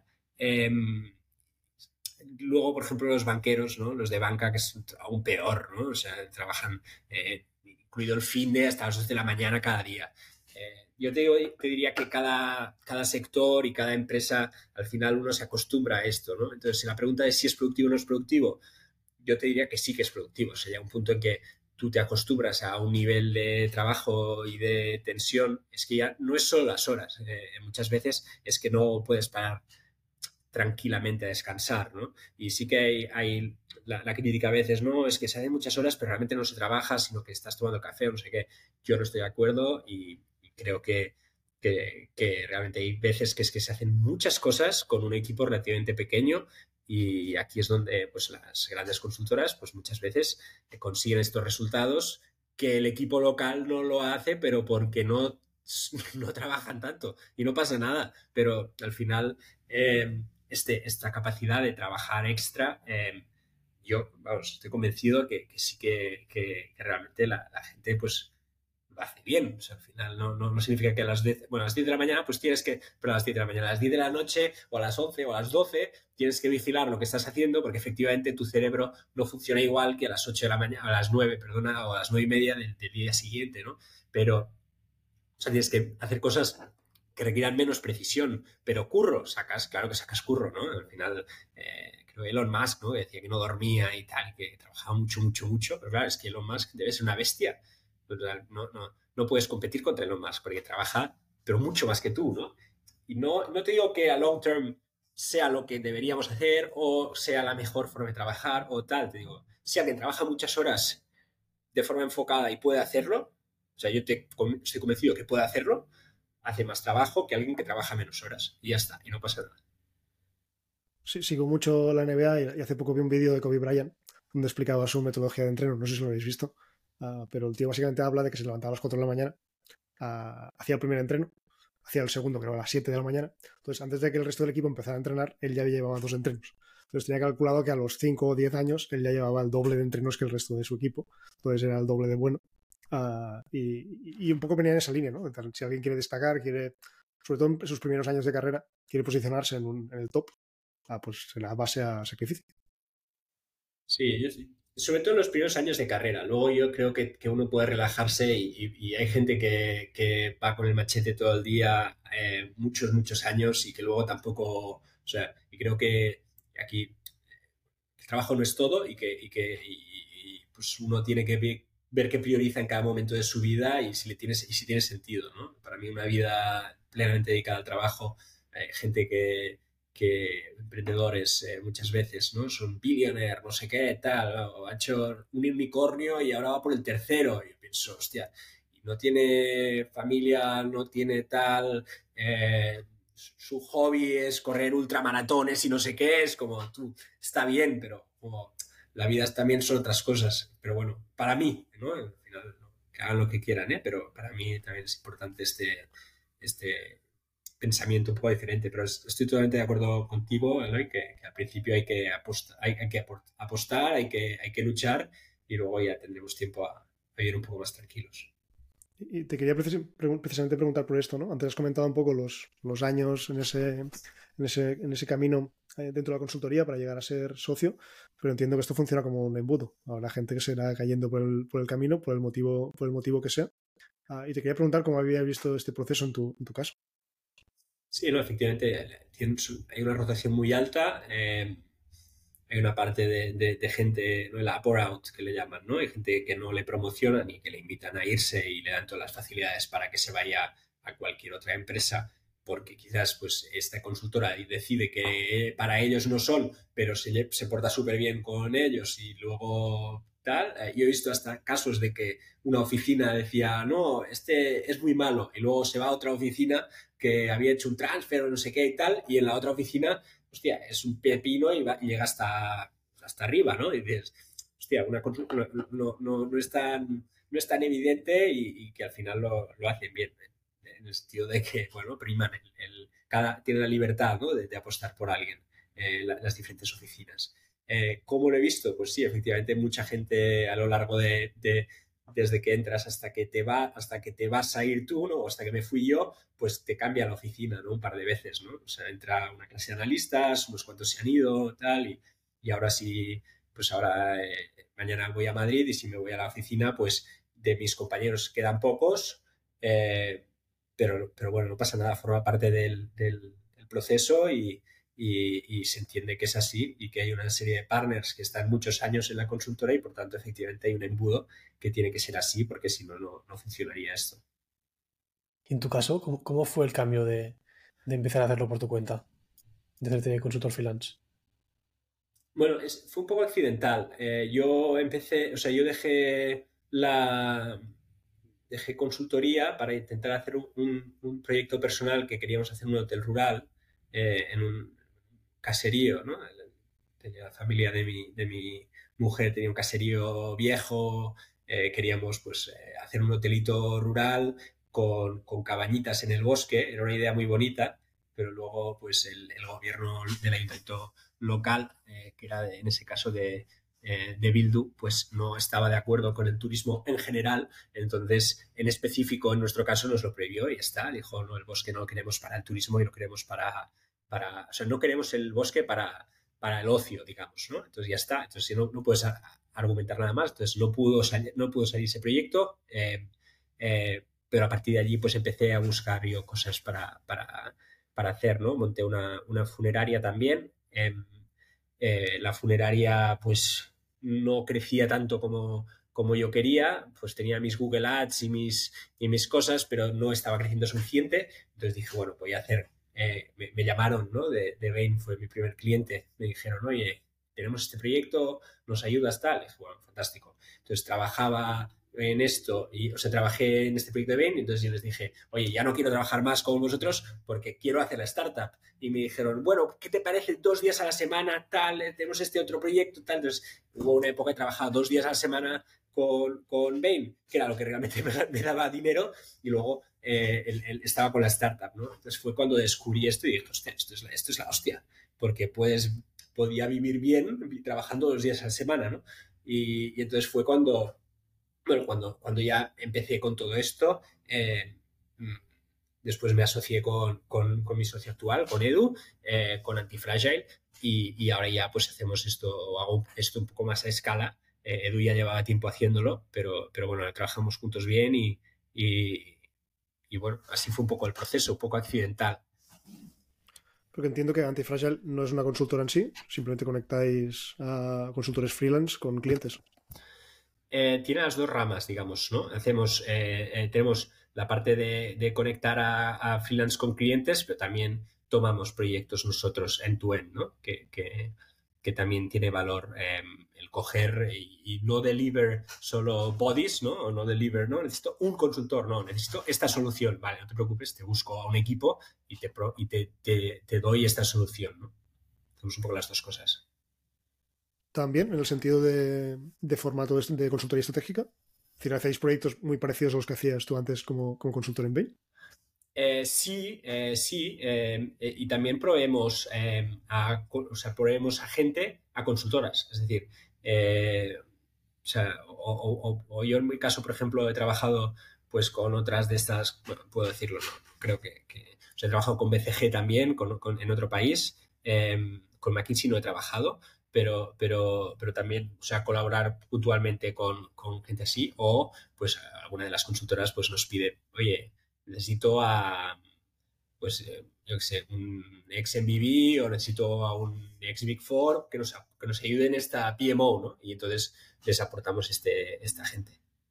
Luego, por ejemplo, los banqueros, ¿no? Los de banca, que es aún peor, ¿no? O sea, trabajan incluido el fin de hasta las 12 de la mañana cada día. Yo te diría que cada sector y cada empresa, al final uno se acostumbra a esto, ¿no? Entonces, si la pregunta es si es productivo o no es productivo, yo te diría que sí que es productivo. O sea, llega un punto en que tú te acostumbras a un nivel de trabajo y de tensión, es que ya no es solo las horas. Muchas veces es que no puedes parar tranquilamente a descansar, ¿no? Y sí que hay la crítica a veces, no, es que se hacen muchas horas, pero realmente no se trabaja, sino que estás tomando café o no sé qué. Yo no estoy de acuerdo y creo que que realmente hay veces que es que se hacen muchas cosas con un equipo relativamente pequeño y aquí es donde pues las grandes consultoras pues muchas veces consiguen estos resultados que el equipo local no lo hace, pero porque no trabajan tanto y no pasa nada, pero al final esta capacidad de trabajar extra, yo vamos, estoy convencido que sí que realmente la gente pues lo hace bien. O sea, al final no significa que a las 10, bueno, a las 10 de la mañana pues tienes que, pero a las 10 de la mañana, a las 10 de la noche o a las 11 o a las 12 tienes que vigilar lo que estás haciendo porque efectivamente tu cerebro no funciona igual que a las 8 de la mañana, a las 9, perdona, o a las 9 y media del día siguiente, ¿no? Pero, o sea, tienes que hacer cosas que requieran menos precisión, pero curro, claro que sacas curro, ¿no? Al final, creo que Elon Musk, ¿no? Que decía que no dormía y tal, que trabajaba mucho, pero claro, es que Elon Musk debe ser una bestia. No puedes competir contra Elon Musk porque trabaja, pero mucho más que tú, ¿no? Y no te digo que a long term sea lo que deberíamos hacer o sea la mejor forma de trabajar o tal, te digo, si alguien trabaja muchas horas de forma enfocada y puede hacerlo, o sea, estoy convencido que puede hacerlo, hace más trabajo que alguien que trabaja menos horas y ya está, y no pasa nada. Sí, sigo mucho la NBA y hace poco vi un vídeo de Kobe Bryant donde explicaba su metodología de entreno, no sé si lo habéis visto, pero el tío básicamente habla de que se levantaba a las 4 de la mañana, hacía el primer entreno, hacía el segundo, creo, a las 7 de la mañana. Entonces, antes de que el resto del equipo empezara a entrenar, él ya llevaba 2 entrenos. Entonces, tenía calculado que a los 5 o 10 años él ya llevaba el doble de entrenos que el resto de su equipo. Entonces, era el doble de bueno. Y un poco venía en esa línea, ¿no? Si alguien quiere destacar, sobre todo en sus primeros años de carrera, quiere posicionarse en el top, pues se la base a sacrificio. Sí, sobre todo en los primeros años de carrera. Luego yo creo que uno puede relajarse y hay gente que va con el machete todo el día, muchos años y que luego tampoco, o sea, y creo que aquí el trabajo no es todo pues uno tiene que ver qué prioriza en cada momento de su vida y si tiene sentido, ¿no? Para mí una vida plenamente dedicada al trabajo, gente que emprendedores muchas veces, ¿no? Son billionaire, no sé qué, tal, o ha hecho un unicornio y ahora va por el tercero. Y yo pienso, hostia, y no tiene familia, no tiene tal, su hobby es correr ultramaratones y no sé qué, es como, tú, está bien, pero como la vida también son otras cosas. Pero bueno, para mí, ¿no? Al final, ¿no? Que hagan lo que quieran, ¿eh? Pero para mí también es importante este pensamiento un poco diferente, pero estoy totalmente de acuerdo contigo, Eloy, que al principio hay que apostar, hay que luchar y luego ya tendremos tiempo a vivir un poco más tranquilos. Y te quería precisamente preguntar por esto, ¿no? Antes has comentado un poco los años en ese camino dentro de la consultoría para llegar a ser socio, pero entiendo que esto funciona como un embudo. Habrá gente que se irá cayendo por el camino, por el motivo que sea. Y te quería preguntar cómo habías visto este proceso en tu caso. Sí, no, efectivamente, hay una rotación muy alta. Hay una parte de gente, ¿no? El up or out que le llaman, ¿no? Hay gente que no le promocionan y que le invitan a irse y le dan todas las facilidades para que se vaya a cualquier otra empresa porque quizás pues esta consultora decide que para ellos no son, pero se porta súper bien con ellos y luego tal. Yo he visto hasta casos de que una oficina decía, no, este es muy malo y luego se va a otra oficina que había hecho un transfer o no sé qué y tal y en la otra oficina hostia, es un pepino y llega hasta arriba, ¿no? Y dices, hostia, no es tan evidente y que al final lo hacen bien, en el sentido de que, bueno, priman tienen la libertad, ¿no? De apostar por alguien, las diferentes oficinas. ¿Cómo lo he visto? Pues sí, efectivamente, mucha gente a lo largo desde que entras hasta que te vas a ir tú, ¿no? O hasta que me fui yo, pues te cambia la oficina, ¿no? Un par de veces, ¿no? O sea, entra una clase de analistas, unos cuantos se han ido, tal, y ahora sí, pues ahora mañana voy a Madrid y si me voy a la oficina, pues de mis compañeros quedan pocos, pero bueno, no pasa nada, forma parte del proceso y se entiende que es así y que hay una serie de partners que están muchos años en la consultora y por tanto efectivamente hay un embudo que tiene que ser así porque si no, no funcionaría esto. ¿Y en tu caso, cómo fue el cambio de empezar a hacerlo por tu cuenta? De hacerte consultor freelance. Bueno, fue un poco accidental. Yo empecé, o sea, yo dejé dejé consultoría para intentar hacer un proyecto personal que queríamos hacer en un hotel rural, en un caserío, ¿no? La familia de mi mujer tenía un caserío viejo, queríamos pues hacer un hotelito rural con cabañitas en el bosque, era una idea muy bonita, pero luego pues el gobierno del ayuntamiento local, que era en ese caso de Bildu, pues no estaba de acuerdo con el turismo en general, entonces en específico en nuestro caso nos lo prohibió y ya está, dijo no, el bosque no lo queremos para el turismo y lo queremos o sea, no queremos el bosque para el ocio, digamos, ¿no? Entonces ya está, entonces si no puedes argumentar nada más, entonces no pudo salir ese proyecto, pero a partir de allí pues empecé a buscar yo cosas para hacer, ¿no? Monté una funeraria también, la funeraria pues no crecía tanto como yo quería, pues tenía mis Google Ads y mis cosas, pero no estaba creciendo suficiente, entonces dije, bueno, voy a hacer, me llamaron, ¿no? De Bain, fue mi primer cliente, me dijeron, oye, tenemos este proyecto, nos ayudas, tal, y dije, bueno, fantástico. Entonces trabajaba en esto, o sea, trabajé en este proyecto de Bain, y entonces yo les dije, oye, ya no quiero trabajar más con vosotros porque quiero hacer la startup. Y me dijeron, bueno, ¿qué te parece 2 días a la semana, tal, tenemos este otro proyecto, tal? Entonces hubo una época que trabajaba 2 días a la semana con Bain, que era lo que realmente me daba dinero, y luego estaba con la startup, ¿no? Entonces fue cuando descubrí esto y dije, hostia, esto es la hostia, porque podía vivir bien trabajando 2 días a la semana, ¿no? Y entonces fue cuando ya empecé con todo esto, después me asocié con mi socio actual, con Edu, con Antifragile, y ahora ya pues hacemos esto, o hago esto un poco más a escala. Edu ya llevaba tiempo haciéndolo, pero bueno, trabajamos juntos bien y bueno, así fue un poco el proceso, un poco accidental. Porque entiendo que Antifragile no es una consultora en sí, simplemente conectáis a consultores freelance con clientes. Tiene las dos ramas, digamos, ¿no? Tenemos la parte de conectar a freelance con clientes, pero también tomamos proyectos nosotros end-to-end, ¿no? Que también tiene valor el coger y no deliver solo bodies, ¿no? O no deliver, ¿no? Necesito un consultor, no, necesito esta solución. Vale, no te preocupes, te busco a un equipo y te doy esta solución, ¿no? Hacemos un poco las dos cosas. También, en el sentido de formato de consultoría estratégica. Es decir, hacéis proyectos muy parecidos a los que hacías tú antes como consultor en Bain. Sí, y también proveemos proveemos a gente a consultoras. Es decir, o yo en mi caso, por ejemplo, he trabajado pues con otras de estas, bueno, puedo decirlo, no, creo que o sea, he trabajado con BCG también, en otro país, con McKinsey no he trabajado, pero también, o sea, colaborar puntualmente con gente así, o pues alguna de las consultoras pues nos pide, oye, necesito pues, yo qué sé, un ex MBB o necesito a un ex Big Four que nos ayude en esta PMO, ¿no? Y entonces les aportamos esta gente.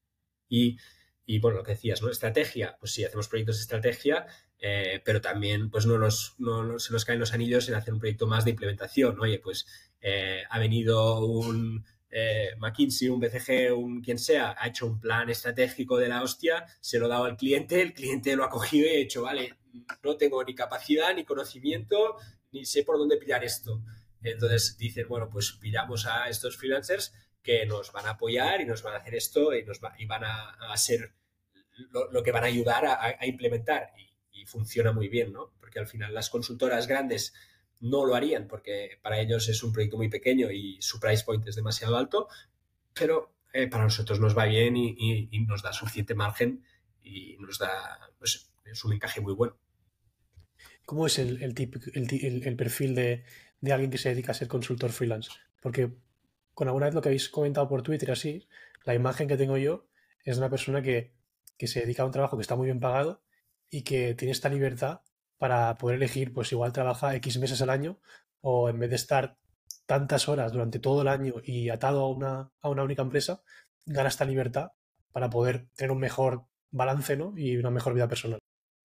Y bueno, lo que decías, ¿no? Estrategia, pues sí, hacemos proyectos de estrategia, pero también pues no se nos caen los anillos en hacer un proyecto más de implementación. Oye, pues ha venido un McKinsey, un BCG, quien sea, ha hecho un plan estratégico de la hostia, se lo ha dado al cliente, el cliente lo ha cogido y ha dicho, vale, no tengo ni capacidad, ni conocimiento, ni sé por dónde pillar esto. Entonces dicen, bueno, pues pillamos a estos freelancers que nos van a apoyar y nos van a hacer esto y van a ser lo que van a ayudar a implementar. Y funciona muy bien, ¿no? Porque al final las consultoras grandes no lo harían porque para ellos es un proyecto muy pequeño y su price point es demasiado alto, pero para nosotros nos va bien y nos da suficiente margen y nos da, pues, es un encaje muy bueno. ¿Cómo es el perfil de alguien que se dedica a ser consultor freelance? Porque con alguna vez lo que habéis comentado por Twitter así, la imagen que tengo yo es de una persona que se dedica a un trabajo que está muy bien pagado y que tiene esta libertad para poder elegir, pues igual trabaja X meses al año o en vez de estar tantas horas durante todo el año y atado a una única empresa, gana esta libertad para poder tener un mejor balance, ¿no? Y una mejor vida personal.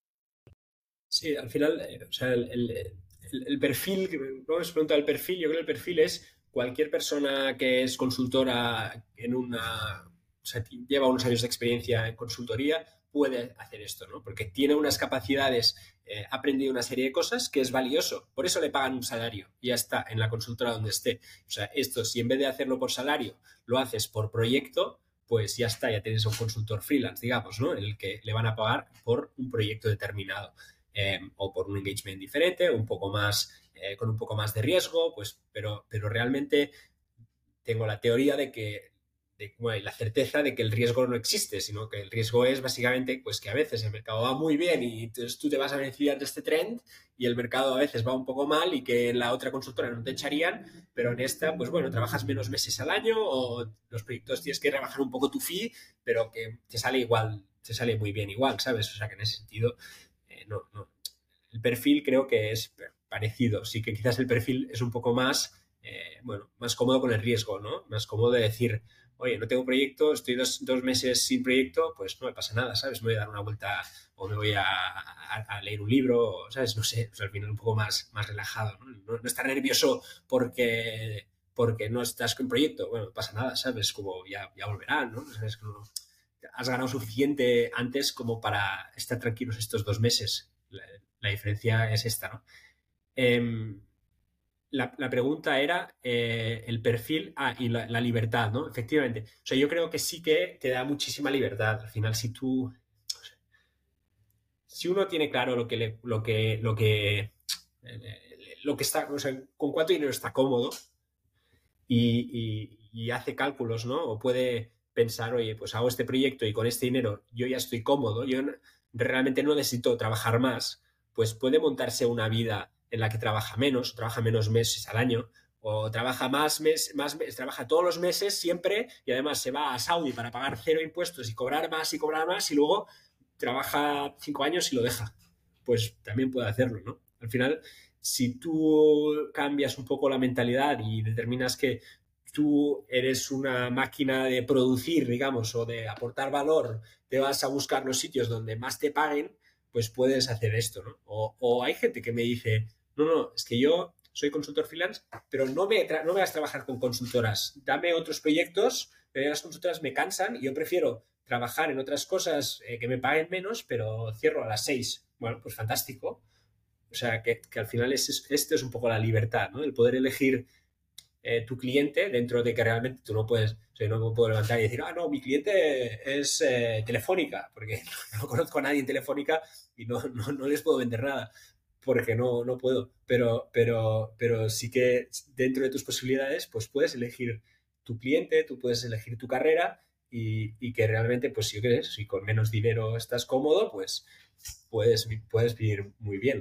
Sí, al final, o sea, el perfil, no me has preguntado el perfil, yo creo que el perfil es cualquier persona que es consultora o sea, lleva unos años de experiencia en consultoría, puede hacer esto, ¿no? Porque tiene unas capacidades, ha aprendido una serie de cosas que es valioso. Por eso le pagan un salario y ya está, en la consultora donde esté. O sea, esto, si en vez de hacerlo por salario, lo haces por proyecto, pues ya está, ya tienes un consultor freelance, digamos, ¿no? En el que le van a pagar por un proyecto determinado. O por un engagement diferente, un poco más, con un poco más de riesgo, pues, pero realmente tengo la teoría de que, bueno, la certeza de que el riesgo no existe, sino que el riesgo es básicamente pues que a veces el mercado va muy bien y entonces tú te vas a beneficiar de este trend y el mercado a veces va un poco mal y que en la otra consultora no te echarían, pero en esta, pues bueno, trabajas menos meses al año o los proyectos tienes que rebajar un poco tu fee, pero que te sale igual, te sale muy bien igual, ¿sabes? O sea que en ese sentido, no. El perfil creo que es parecido, sí que quizás el perfil es un poco más, bueno, más cómodo con el riesgo, ¿no? Más cómodo de decir, oye, no tengo proyecto, estoy dos meses sin proyecto, pues no me pasa nada, ¿sabes? Me voy a dar una vuelta o me voy a leer un libro, ¿sabes? No sé, pues al final un poco más relajado, ¿no? No estar nervioso porque no estás con proyecto, bueno, no pasa nada, ¿sabes? Como ya volverán, ¿no? ¿Sabes? Como has ganado suficiente antes como para estar tranquilos estos 2 meses. La diferencia es esta, ¿no? La pregunta era el perfil y la libertad, ¿no? Efectivamente. O sea, yo creo que sí que te da muchísima libertad. Al final, si uno tiene claro lo que está, o sea, con cuánto dinero está cómodo y hace cálculos, ¿no? O puede pensar, oye, pues hago este proyecto y con este dinero yo ya estoy cómodo, realmente no necesito trabajar más, pues puede montarse una vida en la que trabaja menos meses al año, o trabaja más meses, trabaja todos los meses siempre y además se va a Saudi para pagar 0 impuestos y cobrar más y luego trabaja 5 años y lo deja. Pues también puede hacerlo, ¿no? Al final, si tú cambias un poco la mentalidad y determinas que tú eres una máquina de producir, digamos, o de aportar valor, te vas a buscar los sitios donde más te paguen, pues puedes hacer esto, ¿no? O hay gente que me dice, no, es que yo soy consultor freelance, pero no me vas a trabajar con consultoras, dame otros proyectos, pero las consultoras me cansan y yo prefiero trabajar en otras cosas que me paguen menos, pero cierro a las 6. Bueno, pues fantástico. O sea, que al final esto es un poco la libertad, ¿no? El poder elegir tu cliente dentro de que realmente tú no puedes, o sea, no me puedo levantar y decir, no, mi cliente es Telefónica, porque no conozco a nadie en Telefónica y no les puedo vender nada, porque no puedo, pero sí que dentro de tus posibilidades, pues puedes elegir tu cliente, tú puedes elegir tu carrera y que realmente, pues si crees, si con menos dinero estás cómodo, pues puedes vivir muy bien.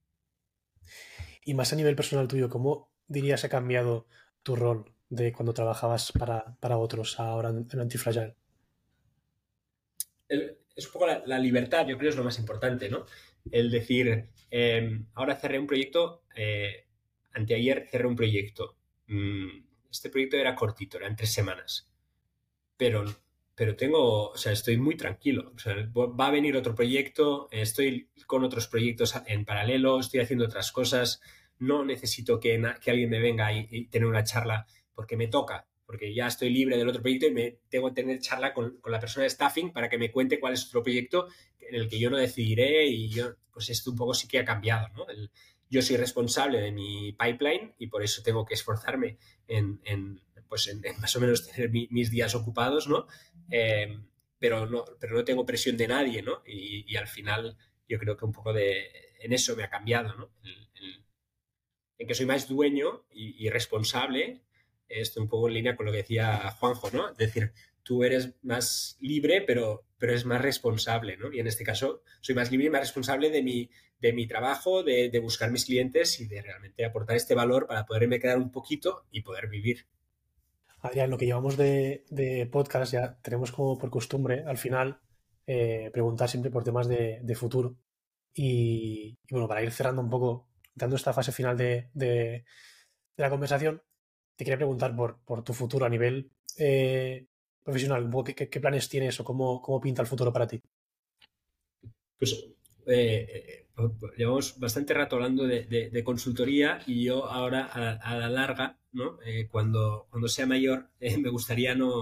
Y más a nivel personal tuyo, ¿cómo dirías ha cambiado tu rol de cuando trabajabas para otros ahora en Antifragile? Es un poco la libertad, yo creo, es lo más importante, ¿no? El decir, ahora cerré un proyecto, anteayer cerré un proyecto. Este proyecto era cortito, eran 3 semanas. Pero o sea, estoy muy tranquilo. O sea, va a venir otro proyecto, estoy con otros proyectos en paralelo, estoy haciendo otras cosas. No necesito que alguien me venga y tener una charla porque me toca, porque ya estoy libre del otro proyecto y me tengo que tener charla con la persona de staffing para que me cuente cuál es otro proyecto en el que yo no decidiré y yo, pues esto un poco sí que ha cambiado, ¿no? Yo soy responsable de mi pipeline y por eso tengo que esforzarme en más o menos tener mis días ocupados, ¿no? Pero no tengo presión de nadie, ¿no? Y al final yo creo que un poco en eso me ha cambiado, ¿no? En que soy más dueño y responsable. Estoy un poco en línea con lo que decía Juanjo, ¿no? Es decir, tú eres más libre, pero eres más responsable, ¿no? Y en este caso soy más libre y más responsable de mi trabajo, de buscar mis clientes y de realmente aportar este valor para poderme quedar un poquito y poder vivir. Adrián, lo que llevamos de podcast ya tenemos como por costumbre al final preguntar siempre por temas de futuro. Y bueno, para ir cerrando un poco, dando esta fase final de la conversación, te quería preguntar por tu futuro a nivel profesional, un poco qué planes tienes o cómo pinta el futuro para ti. Pues llevamos bastante rato hablando de consultoría y yo ahora a la larga, ¿no? Cuando sea mayor, me gustaría no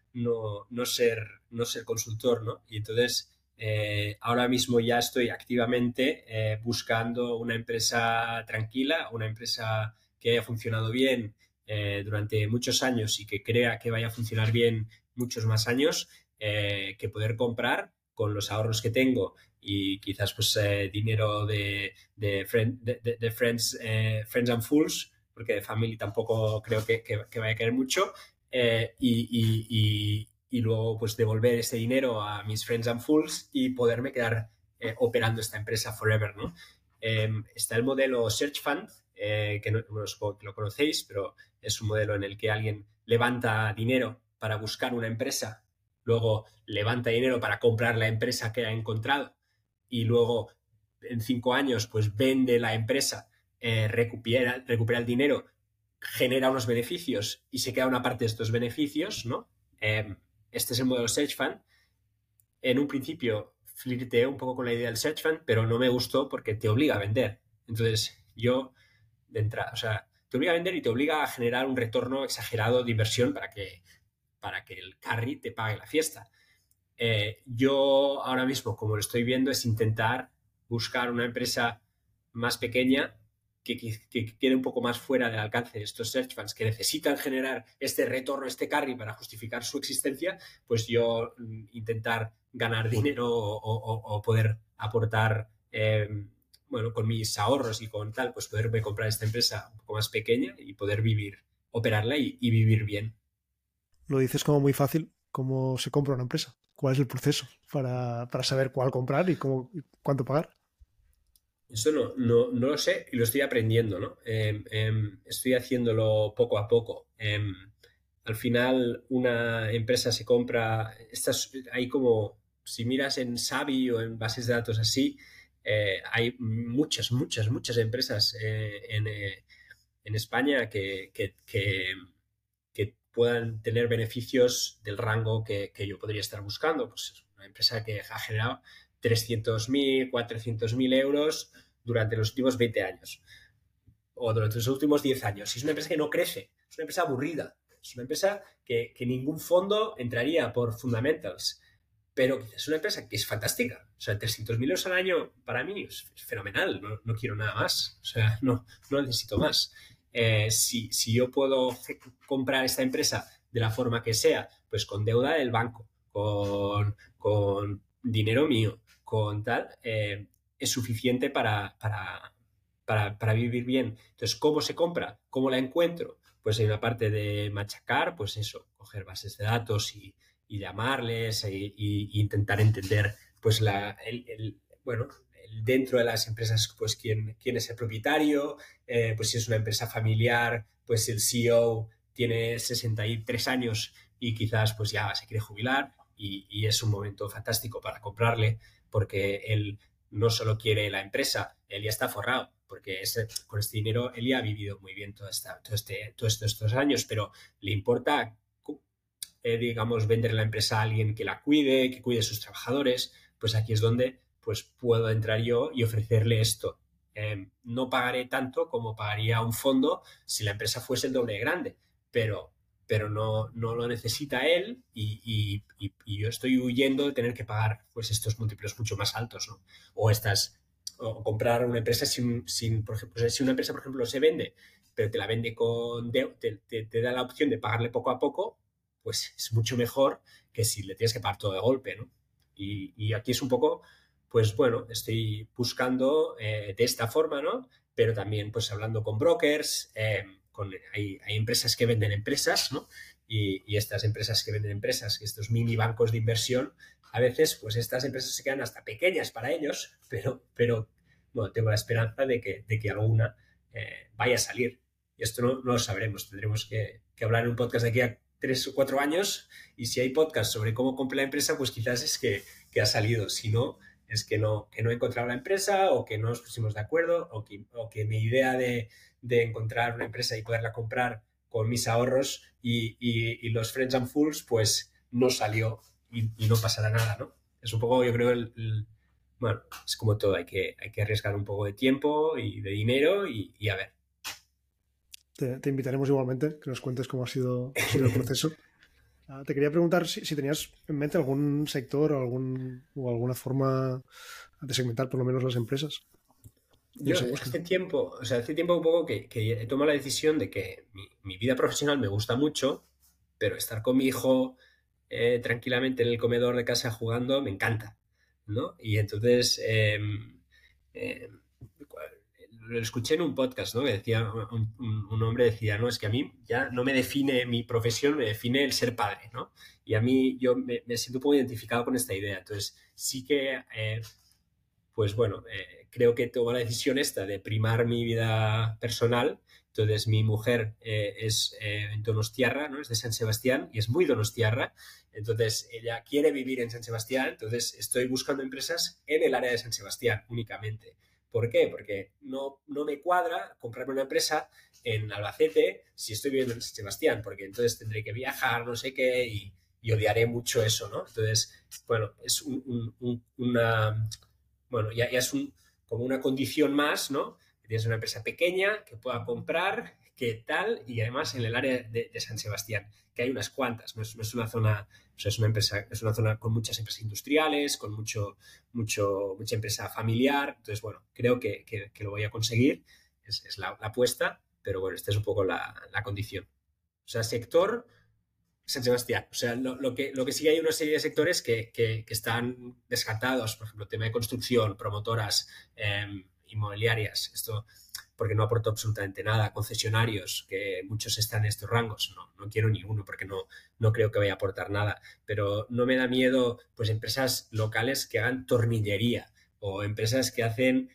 no ser consultor, ¿no? Y entonces ahora mismo ya estoy activamente buscando una empresa tranquila, una empresa que haya funcionado bien durante muchos años y que crea que vaya a funcionar bien muchos más años, que poder comprar con los ahorros que tengo y quizás pues dinero de friends, friends and fools, porque de family tampoco creo que vaya a querer mucho, y luego pues devolver ese dinero a mis friends and fools y poderme quedar operando esta empresa forever, ¿no? Está el modelo Search Fund, que no, bueno, supongo que lo conocéis, pero es un modelo en el que alguien levanta dinero para buscar una empresa, luego levanta dinero para comprar la empresa que ha encontrado y luego en 5 años pues vende la empresa, recupera el dinero, genera unos beneficios y se queda una parte de estos beneficios, ¿no? Este es el modelo Search Fund. En un principio flirteé un poco con la idea del Search Fund, pero no me gustó porque te obliga a vender. Entonces yo, de entrada, o sea, te obliga a vender y te obliga a generar un retorno exagerado de inversión para que el carry te pague la fiesta. Yo ahora mismo, como lo estoy viendo, es intentar buscar una empresa más pequeña que quede un poco más fuera del alcance de estos search funds que necesitan generar este retorno, este carry para justificar su existencia, pues yo intentar ganar dinero o poder aportar, bueno, con mis ahorros y con tal, pues poderme comprar esta empresa un poco más pequeña y poder vivir, operarla y vivir bien. Lo dices como muy fácil, cómo se compra una empresa. ¿Cuál es el proceso para saber cuál comprar y cuánto pagar? Eso no lo sé y lo estoy aprendiendo, ¿no? Estoy haciéndolo poco a poco. Al final, una empresa se compra. Hay como, si miras en Savi o en bases de datos así, hay muchas empresas en España que puedan tener beneficios del rango que yo podría estar buscando. Pues una empresa que ha generado 300.000, 400.000 euros durante los últimos 20 años o durante los últimos 10 años. Es una empresa que no crece, es una empresa aburrida, es una empresa que ningún fondo entraría por fundamentals, pero es una empresa que es fantástica. O sea, 300.000 euros al año para mí es fenomenal, no quiero nada más, o sea, no necesito más. Si yo puedo comprar esta empresa de la forma que sea, pues con deuda del banco, con dinero mío, con tal, es suficiente para vivir bien. Entonces, ¿cómo se compra? ¿Cómo la encuentro? Pues hay una parte de machacar, pues eso, coger bases de datos y llamarles e intentar entender, pues bueno, dentro de las empresas, pues quién es el propietario, pues si es una empresa familiar, pues el CEO tiene 63 años y quizás pues ya se quiere jubilar y es un momento fantástico para comprarle porque él no solo quiere la empresa, él ya está forrado, porque con este dinero él ya ha vivido muy bien todos estos años, pero le importa, digamos, vender la empresa a alguien que la cuide, que cuide a sus trabajadores. Pues aquí es donde pues puedo entrar yo y ofrecerle esto. No pagaré tanto como pagaría un fondo si la empresa fuese el doble de grande, pero no lo necesita él y yo estoy huyendo de tener que pagar pues estos múltiplos mucho más altos, ¿no? O comprar una empresa por ejemplo, si una empresa, por ejemplo, se vende, pero te la vende te da la opción de pagarle poco a poco, pues es mucho mejor que si le tienes que pagar todo de golpe, ¿no? Y aquí es un poco, pues bueno, estoy buscando de esta forma, ¿no? Pero también pues hablando con brokers, hay empresas que venden empresas, ¿no? Y estas empresas que venden empresas, estos mini bancos de inversión, a veces pues estas empresas se quedan hasta pequeñas para ellos, pero bueno, tengo la esperanza de que alguna vaya a salir. Y esto no lo sabremos, tendremos que hablar en un podcast de aquí a 3 o 4 años y si hay podcast sobre cómo compré la empresa, pues quizás es que ha salido. Si no, es que no he encontrado la empresa o que no nos pusimos de acuerdo o que mi idea de encontrar una empresa y poderla comprar con mis ahorros y los friends and fools, pues no salió y no pasará nada, ¿no? Es un poco, yo creo, bueno, es como todo, hay que arriesgar un poco de tiempo y de dinero y a ver. Te invitaremos igualmente, que nos cuentes cómo ha sido el proceso. Te quería preguntar si tenías en mente algún sector o alguna forma de segmentar por lo menos las empresas. Yo hace tiempo un poco que he tomado la decisión de que mi vida profesional me gusta mucho, pero estar con mi hijo tranquilamente en el comedor de casa jugando me encanta, ¿no? Y entonces lo escuché en un podcast, ¿no? Que decía, un hombre decía, no, es que a mí ya no me define mi profesión, me define el ser padre, ¿no? Y a mí yo me siento un poco identificado con esta idea. Entonces sí que pues bueno, creo que tomo la decisión esta de primar mi vida personal. Entonces mi mujer es en Donostiarra, ¿no? Es de San Sebastián y es muy donostiarra. Entonces ella quiere vivir en San Sebastián. Entonces estoy buscando empresas en el área de San Sebastián únicamente. ¿Por qué? Porque no me cuadra comprarme una empresa en Albacete si estoy viviendo en San Sebastián, porque entonces tendré que viajar, no sé qué, y odiaré mucho eso, ¿no? Entonces, bueno, es bueno, ya es como una condición más, ¿no? Que tienes una empresa pequeña que pueda comprar, que tal, y además en el área de San Sebastián, que hay unas cuantas, no es una zona, o sea, es una zona con muchas empresas industriales, con mucha empresa familiar. Entonces, bueno, creo que lo voy a conseguir, es la apuesta, pero bueno, esta es un poco la condición. O sea, sector San Sebastián. O sea, lo que sí hay una serie de sectores que están descartados, por ejemplo, tema de construcción, promotoras, inmobiliarias, esto porque no aportó absolutamente nada, concesionarios, que muchos están en estos rangos, no quiero ninguno porque no creo que vaya a aportar nada, pero no me da miedo pues empresas locales que hagan tornillería o empresas que hacen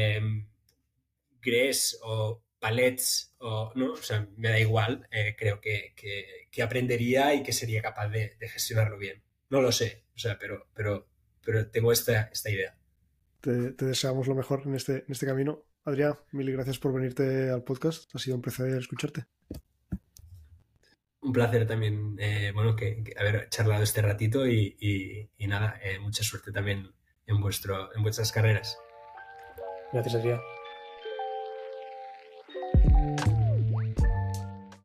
grés o palets, ¿no? O sea, me da igual, creo que aprendería y que sería capaz de gestionarlo bien. No lo sé, o sea, pero tengo esta idea. Te deseamos lo mejor en este camino. Adrián, mil gracias por venirte al podcast. Ha sido un placer escucharte. Un placer también, bueno, que haber charlado este ratito y nada, mucha suerte también en vuestras carreras. Gracias, Adrián.